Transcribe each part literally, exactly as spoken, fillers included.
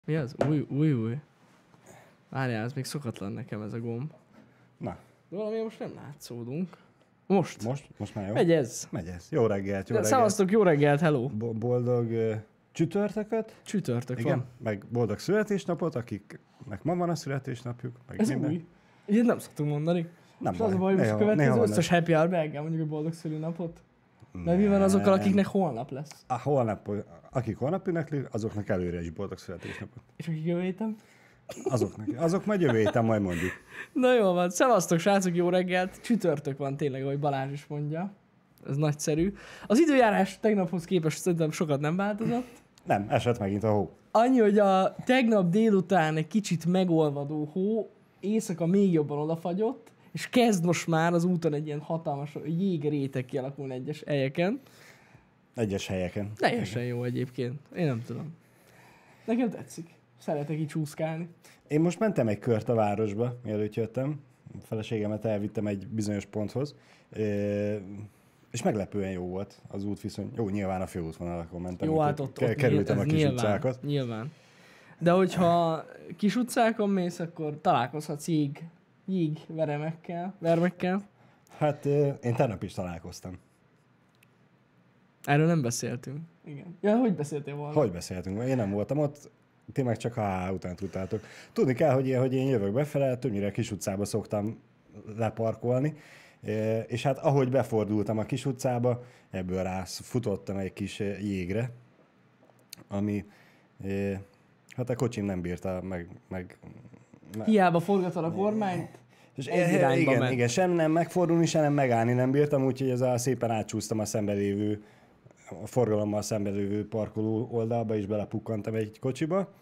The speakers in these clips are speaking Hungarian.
Mi az? Új, új, új. Várjál, ez még szokatlan nekem ez a gomb. Na. De valami most nem látszódunk. Most? Most? Most már jó? Megy ez. Megy ez. Jó reggelt, jó reggelt. Szevasztok, jó reggelt, hello. Bo- boldog uh, csütörtököt. Csütörtök Igen. van. Meg boldog születésnapot, akiknek ma van a születésnapjuk. Meg Ez minden. új. Ilyet nem szoktunk mondani. Nem És az a baj, most a következő összes happy hour-be el kell mondjuk a boldog szülinapot. De mi van azokkal, akiknek holnap lesz? A holnap, akik holnap ünneplik, azoknak előre is boldog születésnapot. És akik jövő héten? Azoknak. Azok majd jövő héten majd mondjuk. Na jó van, szevasztok srácok, jó reggelt. Csütörtök van tényleg, ahogy Balázs is mondja. Ez nagyszerű. Az időjárás tegnaphoz képest szerintem sokat nem változott. Nem, esett megint a hó. Annyi, hogy a tegnap délután egy kicsit megolvadó hó, éjszaka még jobban odafagyott, és kezd most már az úton egy ilyen hatalmas jégréteg kialakulni egyes helyeken. Egyes helyeken. Teljesen jó egyébként. Én nem tudom. Nekem tetszik. Szeretek így csúszkálni. Én most mentem egy kört a városba, mielőtt jöttem. A feleségemet elvittem egy bizonyos ponthoz. És meglepően jó volt az útviszony. Jó, nyilván a főútvonalakon mentem. Jó, hát ott, ott kerültem a kis nyilván, utcákat. Nyilván. De hogyha kis utcákon mész, akkor találkozhatsz jég, jégveremekkel, vermekkel. Hát én tegnap is találkoztam. Erről nem beszéltünk. Igen. Ja, hogy beszéltél volna? Hogy beszéltünk? Én nem voltam ott, ti meg csak a há után tudtátok. Tudni kell, hogy én, hogy én jövök befele, többnyire kis utcába szoktam leparkolni, és hát ahogy befordultam a kis utcába, ebből rá futottam egy kis jégre, ami hát a kocsim nem bírta meg... meg hiába forgatod a kormányt, és ez irányba igen, ment. igen, sem nem megfordulni, sem nem megállni nem bírtam, úgyhogy ez a szépen átcsúsztam a szembelévő, a forgalommal szembelévő parkoló oldalba, és belepukkantam egy kocsiba.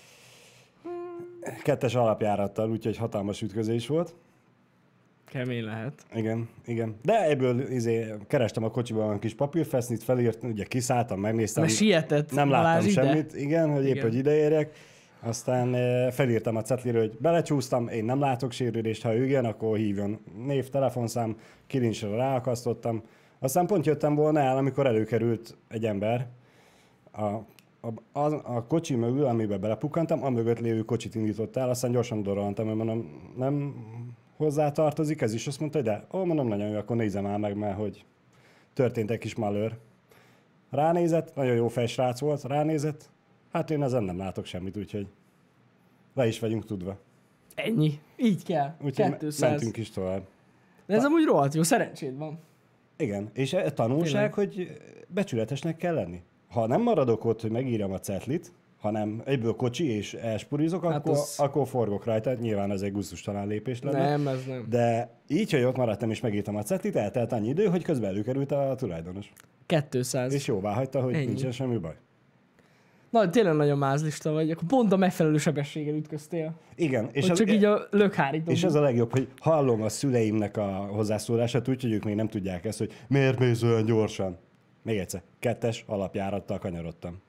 Kettes alapjárattal, úgyhogy hatalmas ütközés volt. Kemény lehet. Igen, igen. De ebből izé, kerestem a kocsiban olyan kis papírfesznit, felírt, ugye kiszálltam, megnéztem. Mert sietett. Nem láttam Balázs semmit, ide. Igen, hogy épp, igen. hogy ideérjek. Aztán felírtam a cetliről, hogy belecsúsztam, én nem látok sérülést, ha ő igen, akkor hívjon név, telefonszám, kilincsre ráakasztottam. Aztán pont jöttem volna el, amikor előkerült egy ember a, a, a, a kocsi mögül, amiben belepukkantam, a mögött lévő kocsit indított el, aztán gyorsan doroltam, hogy mondom, nem hozzá tartozik, ez is azt mondta, hogy de, ó, mondom, nagyon jó, akkor nézem el meg, mert hogy történt egy kis malőr. Ránézett, nagyon jó fejsrác volt, ránézett, hát én ezen nem látok semmit, úgyhogy le is vagyunk tudva. Ennyi. Így kell. Úgyhogy kétszáz. mentünk is tovább. De ez amúgy rohadt jó, szerencséd van. Igen, és a tanulság, Tényleg. hogy becsületesnek kell lenni. Ha nem maradok ott, hogy megírjam a cetlit, hanem egyből kocsi és elspurizok, hát akkor, az... akkor forgok rajta. Nyilván ez egy gusztustalan lépés lenne. Nem, ez nem. De így, hogy ott maradtam és megírtam a cetlit, eltelt annyi idő, hogy közben előkerült a tulajdonos. kétszáz. És jóvá hagyta, hogy Ennyi. nincsen semmi baj. Na, tényleg nagyon mázlista vagy, akkor pont a megfelelő sebességgel ütköztél. Igen. És hogy az, csak így a lökhárító. És az a legjobb, hogy hallom a szüleimnek a hozzászólását, úgyhogy ők még nem tudják ezt, hogy miért mész olyan gyorsan. Még egyszer, kettes alapjárattal kanyarodtam.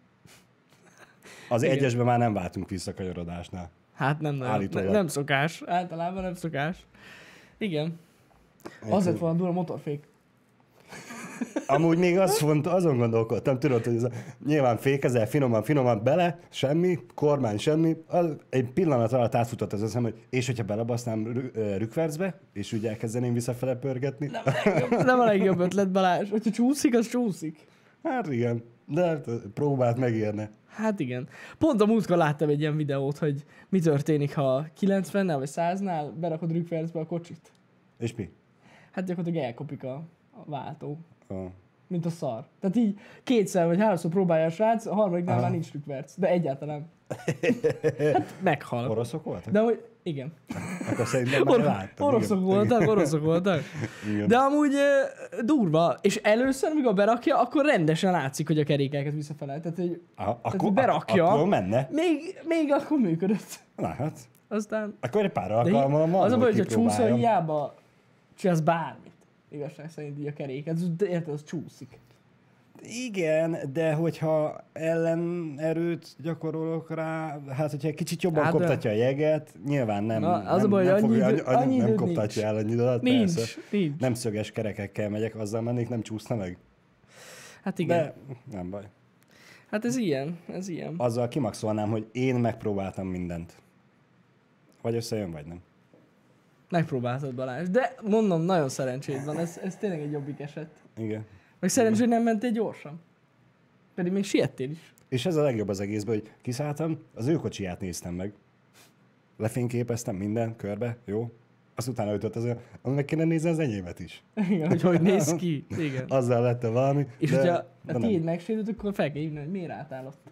Az Igen. egyesben már nem váltunk vissza kanyarodásnál. Hát nem, nem, nem, nem szokás. Általában nem szokás. Igen. Az lett volna durva motorfék. Amúgy még az font, azon gondolkodtam, tudod, hogy ez a, nyilván fékezel finoman, finoman bele, semmi, kormány semmi, az, egy pillanat alatt átfutott az eszem, hogy és hogyha belebasznám rü, rükvercbe, és úgy elkezdeném visszafele pörgetni. Nem a legjobb, nem a legjobb ötlet, Balázs. Hogyha csúszik, az csúszik. Hát igen, de próbált megérne. Hát igen. Pont a múltkor láttam egy ilyen videót, hogy mi történik, ha kilencvennel vagy száznál berakod rükvercbe a kocsit. És mi? Hát gyakorlatilag elkopik a, a váltó. Oh. Mint a szar. Tehát így kétszer vagy háromszor próbálja a srác, a harmadiknál Aha. már nincs rükverc. De egyáltalán. Hát meghal. Oroszok voltak? De hogy igen. Akkor szerintem már Or- láttam. Oroszok igen. voltak, oroszok voltak. Igen. De amúgy e, durva. És először, amikor berakja, akkor rendesen látszik, hogy a kerékeket visszafele. Tehát, hogy, Aha, tehát, akkor, hogy berakja. Akkor menne. Még, még akkor működött. Na hát. Aztán... Akkor egy pár alkalommal van, az a baj, hogy a csúszol, hiába csinálsz bármit. Igazság szerint így a keréket. Érted, az csúszik. Igen, de hogyha ellenerőt gyakorolok rá, hát hogyha egy kicsit jobban hát, koptatja a jeget, nyilván nem, na, az nem, a baj, nem, annyi fogja, idő, annyi, annyi nem koptatja el annyi időt, nincs, persze. Nincs. Nem szöges kerekekkel megyek, azzal mennék, nem csúszna meg. Hát igen. De nem baj. Hát ez ilyen, ez ilyen. Azzal kimaxolnám, hogy én megpróbáltam mindent. Vagy összejön, vagy nem. Megpróbáltad, Balázs. De mondom, nagyon szerencséd van. Ez, ez tényleg egy jobbik eset. Igen. Meg szerencsé, hogy nem mentél gyorsan. Pedig még siettél is. És ez a legjobb az egészben, hogy kiszálltam, az ő kocsiját néztem meg. Lefényképeztem minden körbe, jó? Azt utána ütött az, hogy meg kéne nézni az enyémet is. Igen, hogy hogy néz ki. Igen. Azzal lett valami. És de, hogyha de a nem. tiéd megsérült, akkor fel kell hívni, hogy miért álltál ott.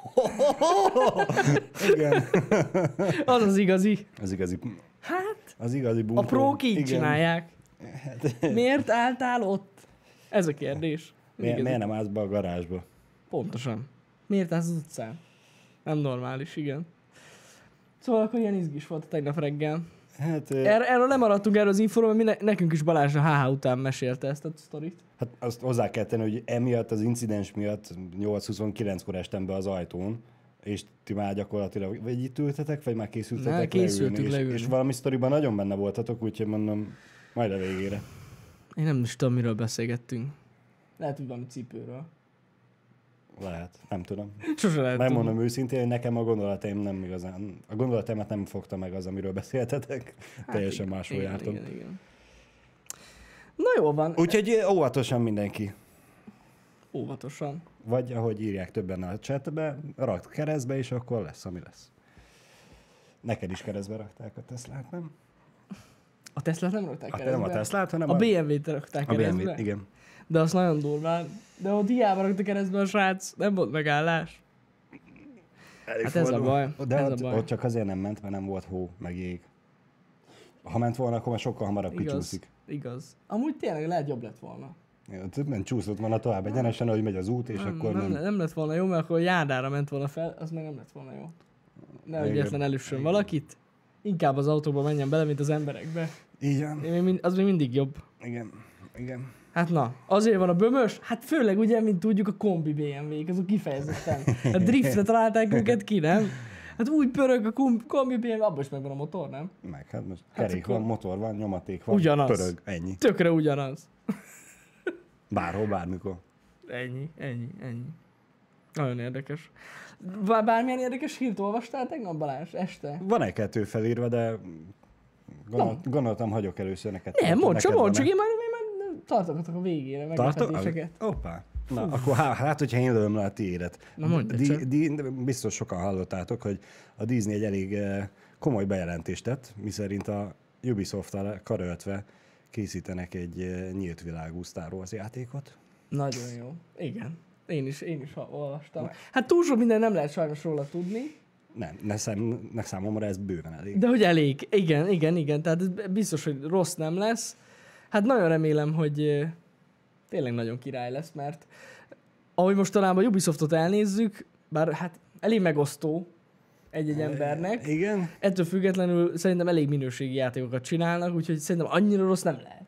Igen. Az az igazi. Az igazi, Hát, az igazi bunkó. a prók így Igen. csinálják. Miért álltál ott? Ez a kérdés. Miért, Igazi. miért nem állsz be a garázsba? Pontosan. Miért állsz az utcán? Nem normális, igen. Szóval akkor ilyen izgis volt a tegnap reggel. Hát, Er, erről nem maradtunk erről az infóról, mert mi ne, nekünk is Balázs a há há után mesélte ezt a sztorit. hát azt hozzá kell tenni, hogy emiatt az incidens miatt nyolc huszonkilenckor estem be az ajtón, és ti már gyakorlatilag, vagy itt ültetek, vagy már készültetek Ne, készültünk leülni, leülni. És, és valami sztoriban nagyon benne voltatok, úgyhogy mondom, majd a végére. Én nem is tudom, miről beszélgettünk. Lehet, hogy valami cipőről. Lehet, nem tudom. Sose lehet Nem tudni. mondom őszintén, hogy nekem a gondolataim nem igazán, a gondolataimat nem fogta meg az, amiről beszéltetek. Hát Teljesen igen, máshol igen, jártam. Igen, igen. Na jó van. Úgyhogy óvatosan mindenki. Óvatosan. Vagy ahogy írják többen a chatbe, rakd keresztbe, és akkor lesz, ami lesz. Neked is keresztbe rakták a Teslát, nem? A Teslát nem rakták Hát keresztbe? nem a Teslát, hanem A bé em vét rakták a bé em keresztbe? vét, igen. De az nagyon durván. De ott hiába rakta keresztbe a srác, nem volt megállás. Hát ez a baj, De ez a ott, baj. ott csak azért nem ment, mert nem volt hó, meg jég. Ha ment volna, akkor már sokkal hamarabb Igaz, kicsúszik. igaz. Amúgy tényleg lehet jobb lett volna. Ja, többen csúszott volna tovább egyenesen, hogy megy az út, és nem, akkor nem, nem. nem lett volna jó, mert akkor járdára ment volna fel, az meg nem lett volna jó. Nehogy Igen. egyetlen előssön Igen. valakit. Inkább az autóba menjen bele, mint az emberekbe. Így van. Én még mind, az még mindig jobb. Igen. Igen. Hát na, azért van a bömös, hát főleg ugye, mint tudjuk, a kombi bé em vék, azok kifejezetten. A driftre találták őket ki, nem? Hát úgy pörög a kom- kombi bé em vé, abban is megvan a motor, nem? Meg, hát most Hát kerék akkor- van, motor van, nyomaték van, Ugyanaz. pörög, ennyi. Tökre ugyanaz. Bárhol, bármikor. Ennyi, ennyi, ennyi. Nagyon érdekes. Bár- Bármilyen érdekes hírt olvastál tegnap, Balázs, este? Van egy-kettő felírva, de gondol, gondoltam, hagyok először neked. Nem, mondd csak, Neked mondd csak, van-e? én már, én már tartogatok a végére, Tartok? meglepetéseket. Hoppá. Na, akkor há- hát, hogyha én lövöm le a tiédet. Na, mondd csak. Di- di- biztos sokan hallottátok, hogy a Disney egy elég eh, komoly bejelentést tett, miszerint a Ubisoft-tal karöltve készítenek egy eh, nyílt világú Star Wars játékot. Nagyon jó. Igen. Én is, én is ha- olvastam. Hát túl sok minden nem lehet sajnos róla tudni, Nem, ne, szám, ne számomra ez bőven elég. de hogy elég. Igen, igen, igen. Tehát ez biztos, hogy rossz nem lesz. Hát nagyon remélem, hogy eh, tényleg nagyon király lesz, mert ahogy most talán a Ubisoftot elnézzük, bár hát elég megosztó egy-egy embernek, Igen? ettől függetlenül szerintem elég minőségi játékokat csinálnak, úgyhogy szerintem annyira rossz nem lehet.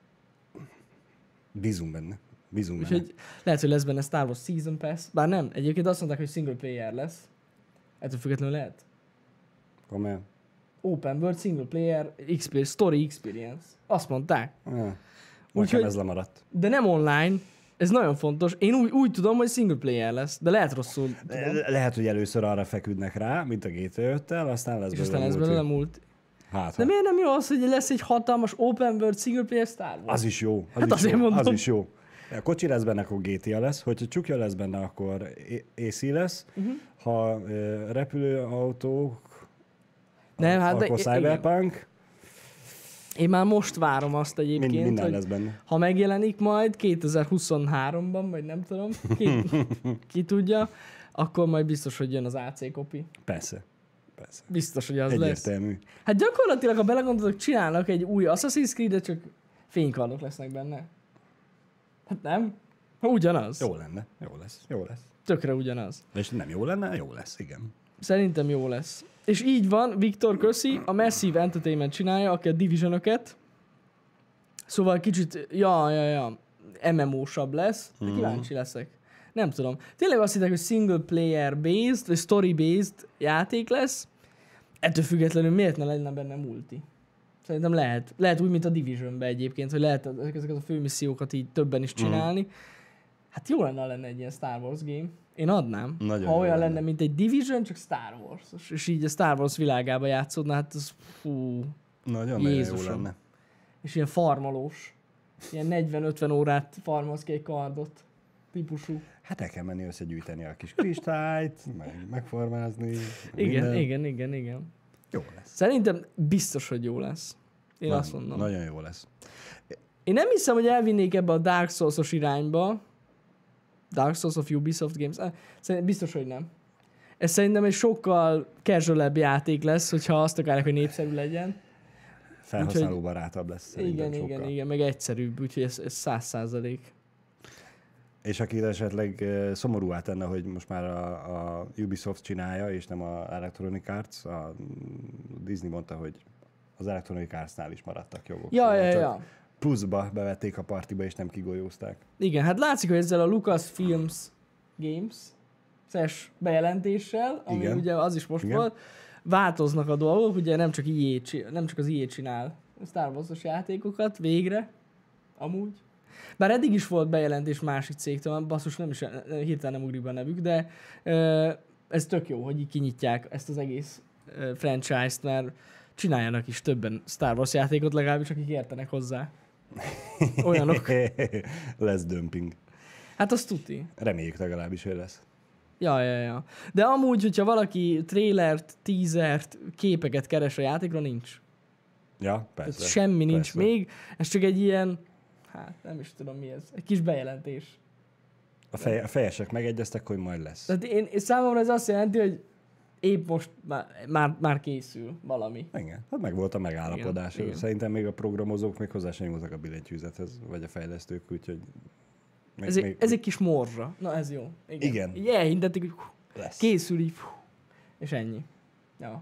Bízunk benne. Bízunk benne. Úgyhogy lehet, hogy lesz benne Star Wars Season Pass, bár nem. Egyébként azt mondták, hogy single player lesz. Ettől függetlenül lehet. Komolyan. Open World Single Player experience, Story Experience. Azt mondták. Ah, Úgyhogy- Úgyhogy... ez lemaradt. De nem online. Ez nagyon fontos. Én úgy, úgy tudom, hogy single player lesz, de lehet rosszul tudom. Le- Lehet, hogy először arra feküdnek rá, mint a gé té öttel, aztán lesz És aztán ez multi. belőle múlt. Hát, De ha. miért nem jó az, hogy lesz egy hatalmas Open World Single Player Star Wars? Az is jó. Az Hát is azért jó. mondom. Az is jó. A kocsi lesz benne, akkor gé té á lesz. Hogyha csukja lesz benne, akkor á cé lesz. Mhm. Uh-huh. Ha ö, repülőautók, Nem, hát de akkor igen. Cyberpunk. Én már most várom azt egyébként, Mind, minden hogy lesz benne. ha megjelenik majd kétezer-huszonháromban, vagy nem tudom, ki, ki tudja, akkor majd biztos, hogy jön az á cé kopi. Persze. Persze. Biztos, hogy az lesz. Egyértelmű. Hát gyakorlatilag, ha belegondolok, csinálnak egy új Assassin's Creed-et, csak fénykardok lesznek benne. Hát nem? Ha ugyanaz. Jó lenne. Jó lesz. Jó lesz. Tökre ugyanaz. És nem jó lenne? Jó lesz, igen. Szerintem jó lesz. És így van, Viktor köszi, a Massive Entertainment csinálja, aki a Division-öket. Szóval kicsit, ja, ja, ja, em em ó-sabb lesz. De kíváncsi leszek. Nem tudom. Tényleg azt hittek, hogy single player based, vagy story based játék lesz. Ettől függetlenül miért ne lenne benne multi? Szerintem lehet. Lehet úgy, mint a Division-ben egyébként, hogy lehet ezeket a főmissziókat így többen is csinálni. Hát jó lenne, ha lenne egy ilyen Star Wars game. Én adnám. Nagyon ha jó olyan lenne. lenne, mint egy Division, csak Star Wars. És így a Star Wars világába játszódna, hát az fú. Nagyon-nagyon jó Jézusom. lenne. És ilyen farmolós. Ilyen negyven-ötven órát farmolsz ki egy kardot. Típusú. Hát el kell menni összegyűjteni a kis kristályt, meg megformázni. Igen, minden. igen, igen, igen. Jó lesz. Szerintem biztos, hogy jó lesz. Én Na, azt mondom. Nagyon jó lesz. Én nem hiszem, hogy elvinnék ebbe a Dark Souls-os irányba. Dark Souls of Ubisoft Games. Ah, Szerintem biztos, hogy nem. Ez szerintem egy sokkal casual-ebb játék lesz, hogyha azt akarják, hogy népszerű legyen. Felhasználóbarátabb lesz szerintem Igen, sokkal. igen, igen, meg egyszerűbb, úgyhogy ez, ez száz százalék. És aki esetleg eh, szomorúvá tenne, hogy most már a, a Ubisoft csinálja, és nem a Electronic Arts, a Disney mondta, hogy az Electronic Artsnál is maradtak jogok. Ja, Szóval ja, csak ja. pluszba bevették a partiba, és nem kigolyózták. Igen, hát látszik, hogy ezzel a Lucasfilms Games szes bejelentéssel, ami Igen. ugye az is most Igen. volt, változnak a dolgok, ugye nem csak, í á, csi- nem csak az í á csinál Star Wars-os játékokat végre, amúgy. Bár eddig is volt bejelentés másik cégtől, basszus nem is hirtelen nem ugrik be a nevük, de ö, ez tök jó, hogy így kinyitják ezt az egész ö, franchise-t, mert csináljanak is többen Star Wars játékot, legalábbis akik értenek hozzá. Olyanok. lesz dömping. Hát azt tuti. Reméljük legalábbis, hogy lesz. Ja, ja, ja. De amúgy, hogyha valaki trailert, teasert, képeket keres a játékra, nincs. Ja, persze. Tehát semmi nincs persze. még. Ez csak egy ilyen, hát nem is tudom mi ez, egy kis bejelentés. A, fej, a fejesek megegyeztek, hogy majd lesz. Tehát én, én számomra ez azt jelenti, hogy épp most már, már, már készül valami. Igen, hát meg volt a megállapodás. Igen, igen. Szerintem még a programozók még hozzá sem nyúltak a billentyűzethez, vagy a fejlesztők, úgyhogy... Még, Ez, egy, ez egy kis morzsa. Na ez jó. Igen. Igen. Így elhintetik, hogy hú, lesz. készül így, hú, és ennyi. Ja.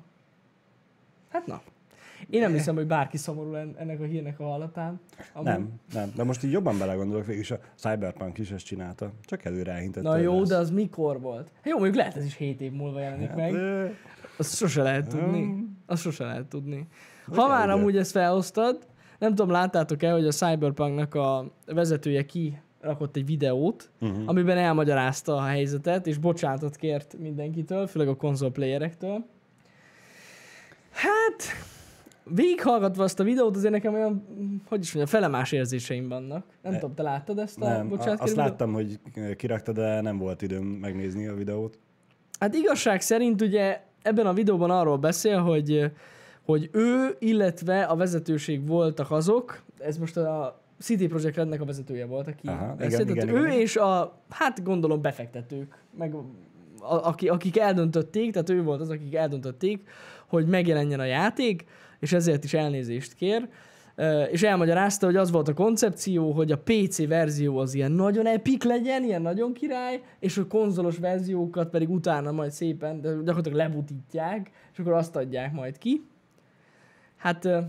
Hát na. Én nem hiszem, hogy bárki szomorú en- ennek a hírnek a hallatán. Amúgy. Nem, nem. De most így jobban belegondolok, végülis a Cyberpunk is ezt csinálta. Csak előre elhintette. Na hogy jó, lesz. de az mikor volt? Jó, mondjuk lehet ez is hét év múlva jelenik Hát, meg. ö, Azt sose lehet tudni. Um, Azt sose lehet tudni. Hogy Ha már ugye? amúgy ezt felhoztad, nem tudom, láttátok-e, hogy a Cyberpunknak a vezetője kirakott egy videót, uh-huh. amiben elmagyarázta a helyzetet, és bocsánatot kért mindenkitől, főleg a konzolplayerektől. Hát, végighallgatva azt a videót, azért nekem olyan, hogy is mondjam, felemás érzéseim vannak. Nem Ne- tudom, te láttad ezt a Nem, a, bocsánatkérő azt videót? láttam, hogy kirakta, de nem volt időm megnézni a videót. Hát igazság szerint ugye ebben a videóban arról beszél, hogy, hogy ő, illetve a vezetőség voltak azok, ez most a cé dé Projekt Rednek a vezetője volt, aki Aha, beszélt, igen, tehát igen, ő igen. és a, hát gondolom befektetők, meg a, aki, akik eldöntötték, tehát ő volt az, akik eldöntötték, hogy megjelenjen a játék, és ezért is elnézést kér. Ö, és elmagyarázta, hogy az volt a koncepció, hogy a pé cé verzió az ilyen nagyon epic legyen, ilyen nagyon király, és a konzolos verziókat pedig utána majd szépen, de gyakorlatilag lebutítják, és akkor azt adják majd ki. Hát ö,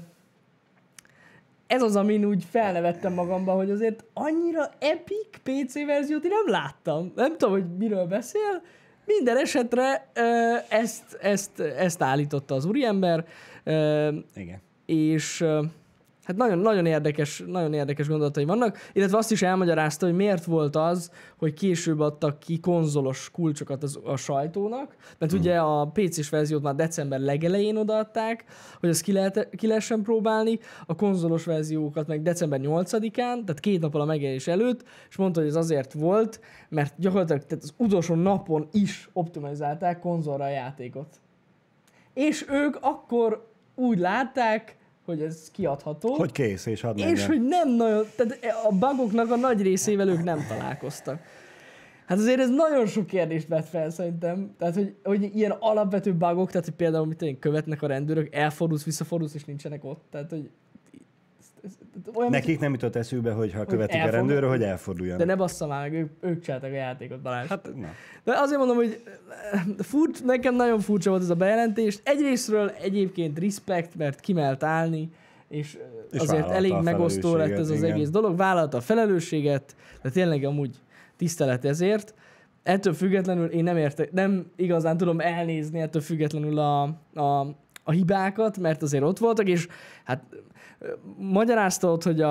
ez az, amin úgy felnevettem magamba, hogy azért annyira epic pé cé verziót én nem láttam. Nem tudom, hogy miről beszél. Minden esetre ö, ezt, ezt, ezt állította az úriember. Ö, Igen. és ö, hát nagyon, nagyon, érdekes, nagyon érdekes gondolatai vannak, illetve azt is elmagyarázta, hogy miért volt az, hogy később adtak ki konzolos kulcsokat az, a sajtónak, mert ugye a pé cés verziót már december legelején odaadták, hogy ezt ki, lehet, ki lehessen próbálni, a konzolos verziókat meg december nyolcadikán, tehát két nappal a megjelenés előtt, és mondta, hogy ez azért volt, mert gyakorlatilag tehát az utolsó napon is optimalizálták konzolra a játékot. És ők akkor úgy látták, hogy ez kiadható. Hogy kész, és hadd menjen. És hogy nem nagyon, tehát a bugoknak a nagy részével ők nem találkoztak. Hát azért ez nagyon sok kérdést vet fel szerintem. Tehát, hogy, hogy ilyen alapvető bugok, tehát hogy például mit tudom, követnek a rendőrök, elfordulsz, visszafordulsz, és nincsenek ott. Tehát, hogy ez, ez, olyan, Nekik nem jutott eszükbe, hogy ha követik a elfordul- rendőrről, hogy elforduljon. de ne bassza már meg, ők, ők csináltak a játékot, Balázs. Hát, na. De azért mondom, hogy furcsa, nekem nagyon furcsa volt ez a bejelentés. Egyrésztről egyébként respect, mert kimelt állni, és, És azért vállalta elég a megosztó lett ez felelősséget, az igen. egész dolog. Vállalta a felelősséget, de tényleg amúgy tisztelet ezért. Ettől függetlenül én nem, érte, nem igazán tudom elnézni ettől függetlenül a, a, a hibákat, mert azért ott voltak, és hát ö, magyarázta ott, hogy a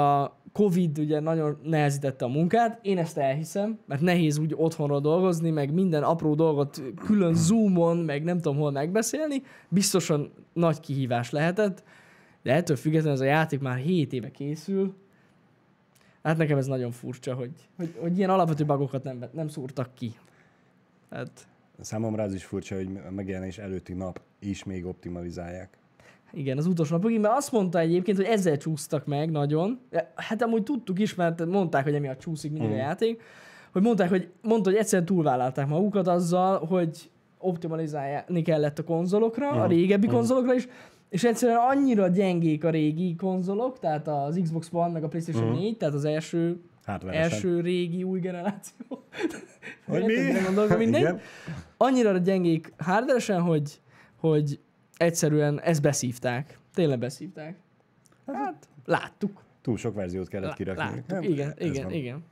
Covid ugye nagyon nehezítette a munkát, én ezt elhiszem, mert nehéz úgy otthonról dolgozni, meg minden apró dolgot külön Zoomon, meg nem tudom hol megbeszélni, biztosan nagy kihívás lehetett, de ettől függetlenül ez a játék már hét éve készül. Hát nekem ez nagyon furcsa, hogy, hogy, hogy ilyen alapvető bugokat nem, nem szúrtak ki. Hát, Számomra az is furcsa, hogy a megjelenés előtti nap is még optimalizálják. igen, az utolsó napokig, mert azt mondta egyébként, hogy ezzel csúsztak meg nagyon. Hát amúgy tudtuk is, mert mondták, hogy emiatt csúszik mindig mm. a játék, hogy mondták, hogy mondta, hogy egyszerűen túlvállalták magukat azzal, hogy optimalizálni kellett a konzolokra, mm. a régebbi mm. konzolokra is, és egyszerűen annyira gyengék a régi konzolok, tehát az Xbox One meg a PlayStation mm. négy, tehát az első, első régi új generáció. Hogy mi? Mindegy. Annyira gyengék hardveresen, hogy, hogy egyszerűen ezt beszívták. Tényleg beszívták. Hát, láttuk. Túl sok verziót kellett Lá- kirakni. Láttuk. Nem? Igen, Ez igen, van. igen.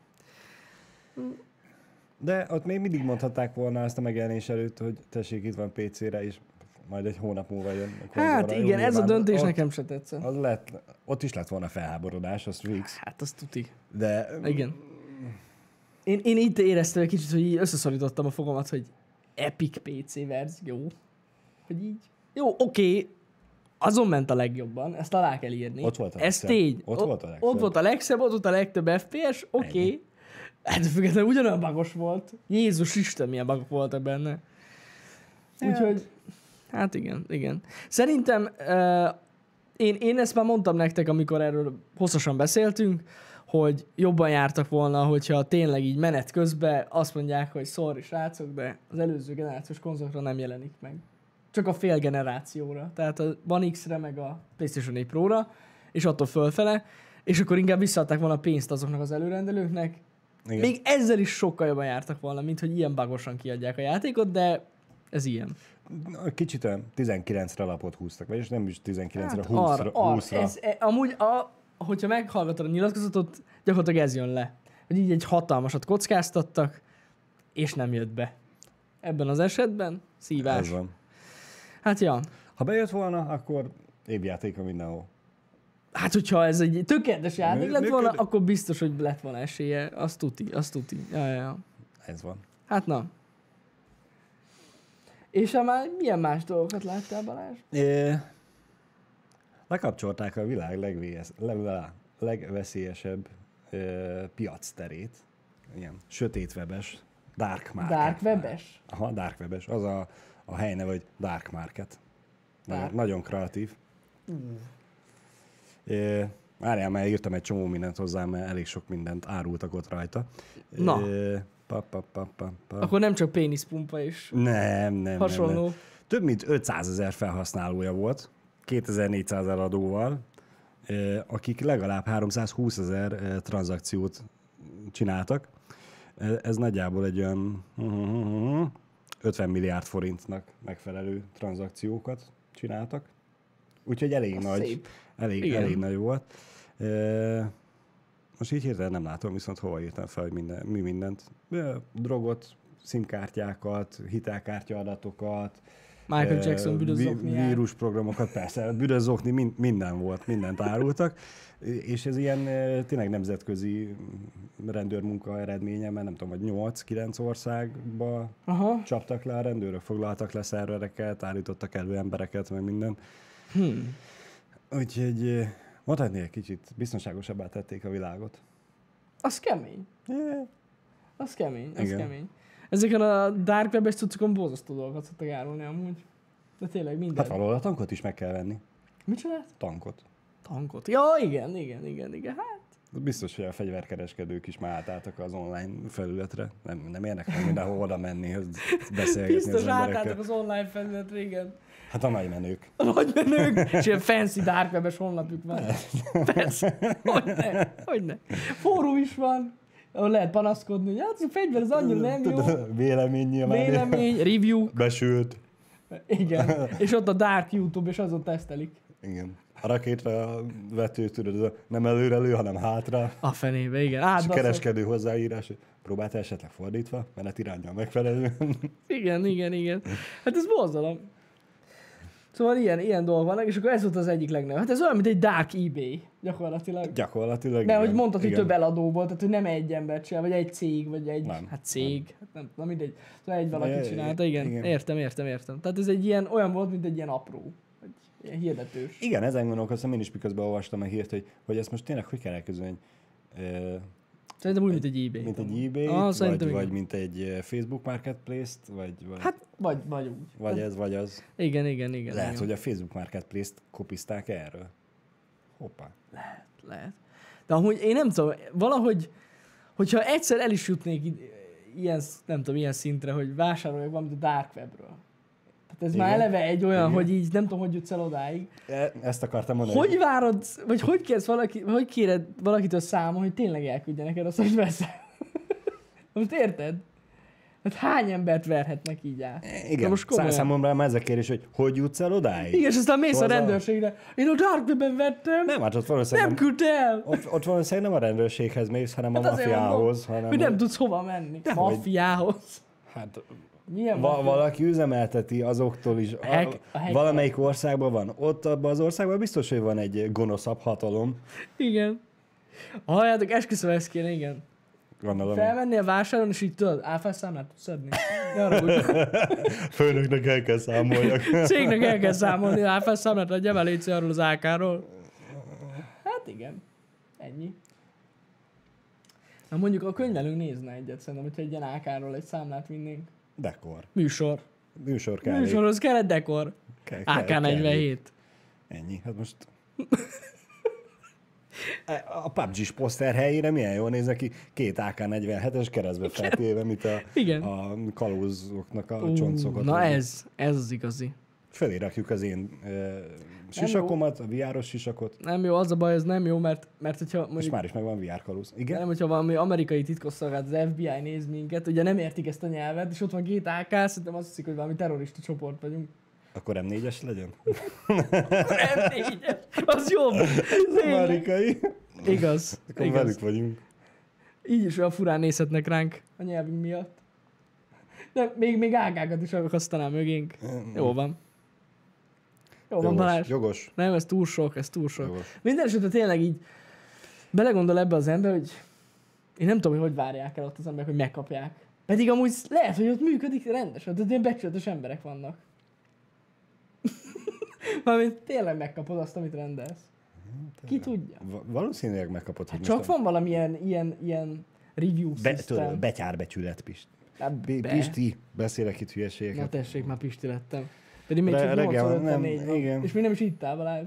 De ott még mindig mondhatták volna ezt a megjelenés előtt, hogy tessék, itt van pé cére, és majd egy hónap múlva jön a konzolra. Hát igen, Jó, ez a döntés ott, nekem se tetszett. Az lett, ott is lett volna felháborodás, az fix. Hát, azt tuti. De... Igen. Én, én itt éreztem egy kicsit, hogy így összeszorítottam a fogamat, hogy Epic pé cé verzió. Hogy így. Jó, oké, okay. Azon ment a legjobban, ezt alá kell írni. Ott volt a Ez legszebb. tény. Ott o- volt a legszebb. Ott volt a legszebb, ott volt a legtöbb ef pé es, oké. Okay. Hát függetlenül ugyanolyan bugos volt. Jézus Isten, milyen bugok voltak benne. Úgyhogy, hát igen, igen. Szerintem uh, én, én ezt már mondtam nektek, amikor erről hosszasan beszéltünk, hogy jobban jártak volna, hogyha tényleg így menet közben azt mondják, hogy sorry srácok, de az előző generációs konzolokra nem jelenik meg. Csak a fél generációra. Tehát a One X-re meg a PlayStation négy Pro-ra, és attól fölfele, és akkor inkább visszaadták volna a pénzt azoknak az előrendelőknek. Igen. Még ezzel is sokkal jobban jártak volna, mint hogy ilyen bugosan kiadják a játékot, de ez ilyen. Kicsit olyan tizenkilencre lapot húztak, vagyis nem is tizenkilencre, Hát húszra. arra, arra. húszra. Ez, e, amúgy, a, hogyha meghallgatod a nyilatkozatot, gyakorlatilag ez jön le. Hogy így egy hatalmasat kockáztattak, és nem jött be. Ebben az esetben szívás. Ez van. Hát ja. Ha bejött volna, akkor évjátéka mindenhol. Hát, hogyha ez egy tökéletes játék Mű- lett volna, működik. akkor biztos, hogy lett volna esélye. Azt tuti, azt tuti. Ja, ja, ja. Ez van. Hát na. És ha már milyen más dolgokat láttál, Balázs? É, lekapcsolták a világ legvélyes, le, legveszélyesebb ö, piacterét. Ilyen sötétwebes, dark market. Dark webes? Aha, dark webes. Az a, a hely neve, hogy dark market. Nagyon, Dark. nagyon kreatív. Mm. É, várjál, mert írtam egy csomó mindent hozzá, mert elég sok mindent árultak ott rajta. Na. É, pa, pa, pa, pa, pa. Akkor nem csak péniszpumpa is. Nem, nem, Hasonló. nem, nem. Több mint ötszázezer felhasználója volt, kétezer-négyszáz eladóval, eh, akik legalább háromszázhúszezer eh, tranzakciót csináltak. Eh, Ez nagyjából egy olyan ötven milliárd forintnak megfelelő tranzakciókat csináltak. Úgyhogy elég Az nagy, szép. elég, Igen. elég nagy volt. Eh, Most így hirtelen nem látom, viszont hova írtam fel, hogy minden, mi mindent. Eh, Drogot, szimkártyákat, hitelkártya adatokat, Michael eh, Jackson büdös vi- zokniát. vírusprogramokat, persze, büdös zokni, min- minden volt, mindent árultak. És ez ilyen eh, tényleg nemzetközi rendőrmunka eredménye, mert nem tudom, hogy nyolc-kilenc országba Aha. csaptak le a rendőrök, foglaltak le szervereket, állítottak elő embereket, meg minden. Hmm. Úgyhogy eh, mondhatni egy kicsit biztonságosabbá tették a világot. Az kemény. Yeah. Az kemény, az Igen. kemény. Ezeken a dark webes cuccokon borzasztó dolgokat szoktak árulni amúgy. De tényleg minden. Hát valahol a tankot is meg kell venni. Mit csinált? Tankot. Tankot. Ja, igen, igen, igen, igen. Hát, Biztos, hogy a fegyverkereskedők is már átálltak az online felületre. Nem, nem érnek mindenhol oda menni, hogy beszélgetni biztos az emberekkel. átálltak az online felületre, igen. Hát a nagy menők. A nagy menők, és ilyen fancy dark webes honlapjuk van. Persze. Hogyne, hogyne. Fórum is van, ahol lehet panaszkodni, hogy hát ez a fegyver az annyira nem jó. Vélemény nyilván. Vélemény, review. Besült. Igen. És ott a dark YouTube, és azon tesztelik. Igen. A rakétra vető, tudod, ez a nem előre lő, hanem hátra. A fenébe, igen. És a Átbaszok. kereskedő hozzáírás, hogy próbálta esetleg fordítva, menet irányja megfelelően. Igen, igen, igen. Hát ez borzalom. Szóval ilyen, ilyen dolgok vannak, és akkor ez volt az egyik legnagyobb. Hát ez olyan, mint egy dark eBay, gyakorlatilag. Gyakorlatilag. De igen, hogy mondtad, hogy igen. több eladó volt, tehát hogy nem egy ember csinál, vagy egy cég, vagy egy, Nem, hát cég, hát nem, na mindegy. Szóval egy valaki De- csinálta, igen. igen. Értem, értem, értem. Tehát ez egy ilyen, olyan volt, mint egy ilyen apró, vagy ilyen hirdetős. Igen, ezen gondolkoztam, én is miközben olvastam a hírt, hogy, hogy ezt most tényleg hogy kell elképzelni, hogy ö, Szerintem úgy, mint egy eBay. mint egy eBay, Ah, vagy, szerintem igen. vagy mint egy ö, Facebook Marketplace-t, vagy, vagy, Hát, vagy, vagy úgy. vagy Hát, ez, vagy az. igen, igen, igen. Lehet, igen. hogy a Facebook Marketplace-t kopizták erről. Hoppá. Lehet. De amúgy én nem tudom, valahogy, hogyha egyszer el is jutnék i- ilyen, nem tudom, ilyen szintre, hogy vásároljak valamit a Dark Webről. Tehát ez Igen. már eleve egy olyan, Igen. hogy így nem tudom, hogy jutsz el odáig. E- Ezt akartam mondani. Hogy várod, vagy hogy kérsz valaki, hogy kéred valakitől számon, hogy tényleg elküldje neked azt, hogy veszel? Most érted? Hát hány embert verhetnek így át? Igen, Na most Szá- komolyan. számomra már ez a kérdés, hogy hogy jutsz el odáig? Igen, és aztán mész a Szóval az a- rendőrségre. Én a Dark Webben vettem, Nem, hát ott valószínűleg nem nem, küldte el. ott, ott valószínűleg nem a rendőrséghez mész, hanem Hát a azért mafiához. mondom, Hanem hogy nem a- tudsz hova menni. Dehogy. Maffiához. Hát Milyen va- maffia? valaki üzemelteti azoktól is. A, hack- a hack- valamelyik országban van. Ott abban az országban biztos, hogy van egy gonoszabb hatalom. Igen. Halljátok, esküszöm, ezt kéne, igen. Gondolom. Felmenni a vásáron, és így tudod, áfás számlát tudsz adni. Ne haragudj. Főnöknek el kell számoljak. Cégnek el kell számolni, áfás számlát adjam el, légy szíves arról az ákáról. Hát igen. Ennyi. Na mondjuk a könyvelünk nézne egyet, szerintem, hogyha egy ilyen ákáról egy számlát vinnénk. Dekor. Műsor. Műsor kell. Műsorhoz kellett dekor. Kell- kell- á ká negyvenhét. Ennyi. Hát most... A pé u bé gés poszter helyére milyen jól néz ki, két á ká negyvenhetes keresztbe feltéve, mint a, Igen. a kalózoknak a Ú, csontszokat. na ez, ez az igazi. Felirakjuk az én uh, sisakomat, a vé er-os sisakot, Nem jó, az a baj, ez nem jó, mert, mert hogyha és mondjuk, már is megvan vé er kalóz. Igen? nem, hogyha valami amerikai titkosszolgálat, az ef bé i néz minket, ugye nem értik ezt a nyelvet, és ott van két á ká, szerintem azt hiszik, hogy valami terrorista csoport vagyunk. Akkor em négyes legyen? em négyes, az jobb. Tényleg. Amerikai. Igaz, Akkor igaz. velük vagyunk. Így is olyan furán nézhetnek ránk a nyelvünk miatt. De még, még ágákat is akasztanám mögénk. Jó van. Jó van, Jogos, Balázs. jogos. Nem, ez túl sok, ez túl sok. Jogos. Minden esetre tényleg így belegondol ebbe az ember, hogy én nem tudom, hogy hogy várják el ott az emberek, hogy megkapják. Pedig amúgy lehet, hogy ott működik rendesen, tehát ilyen becsületes emberek vannak. Mármint tényleg megkapod azt, amit rendelsz. Ki tudja? Va- valószínűleg megkapod. Hát hogy csak most van valamilyen ilyen, ilyen review Be, system. tudod, betyárbecsület, Pist. Hát P- be. Pisti, beszélek itt Na hülyeségeket. tessék, már Pisti lettem. Pedig még Re- csak reggel, nyolc nem, ötvennégy van. igen. És még nem is ittál, Balázs.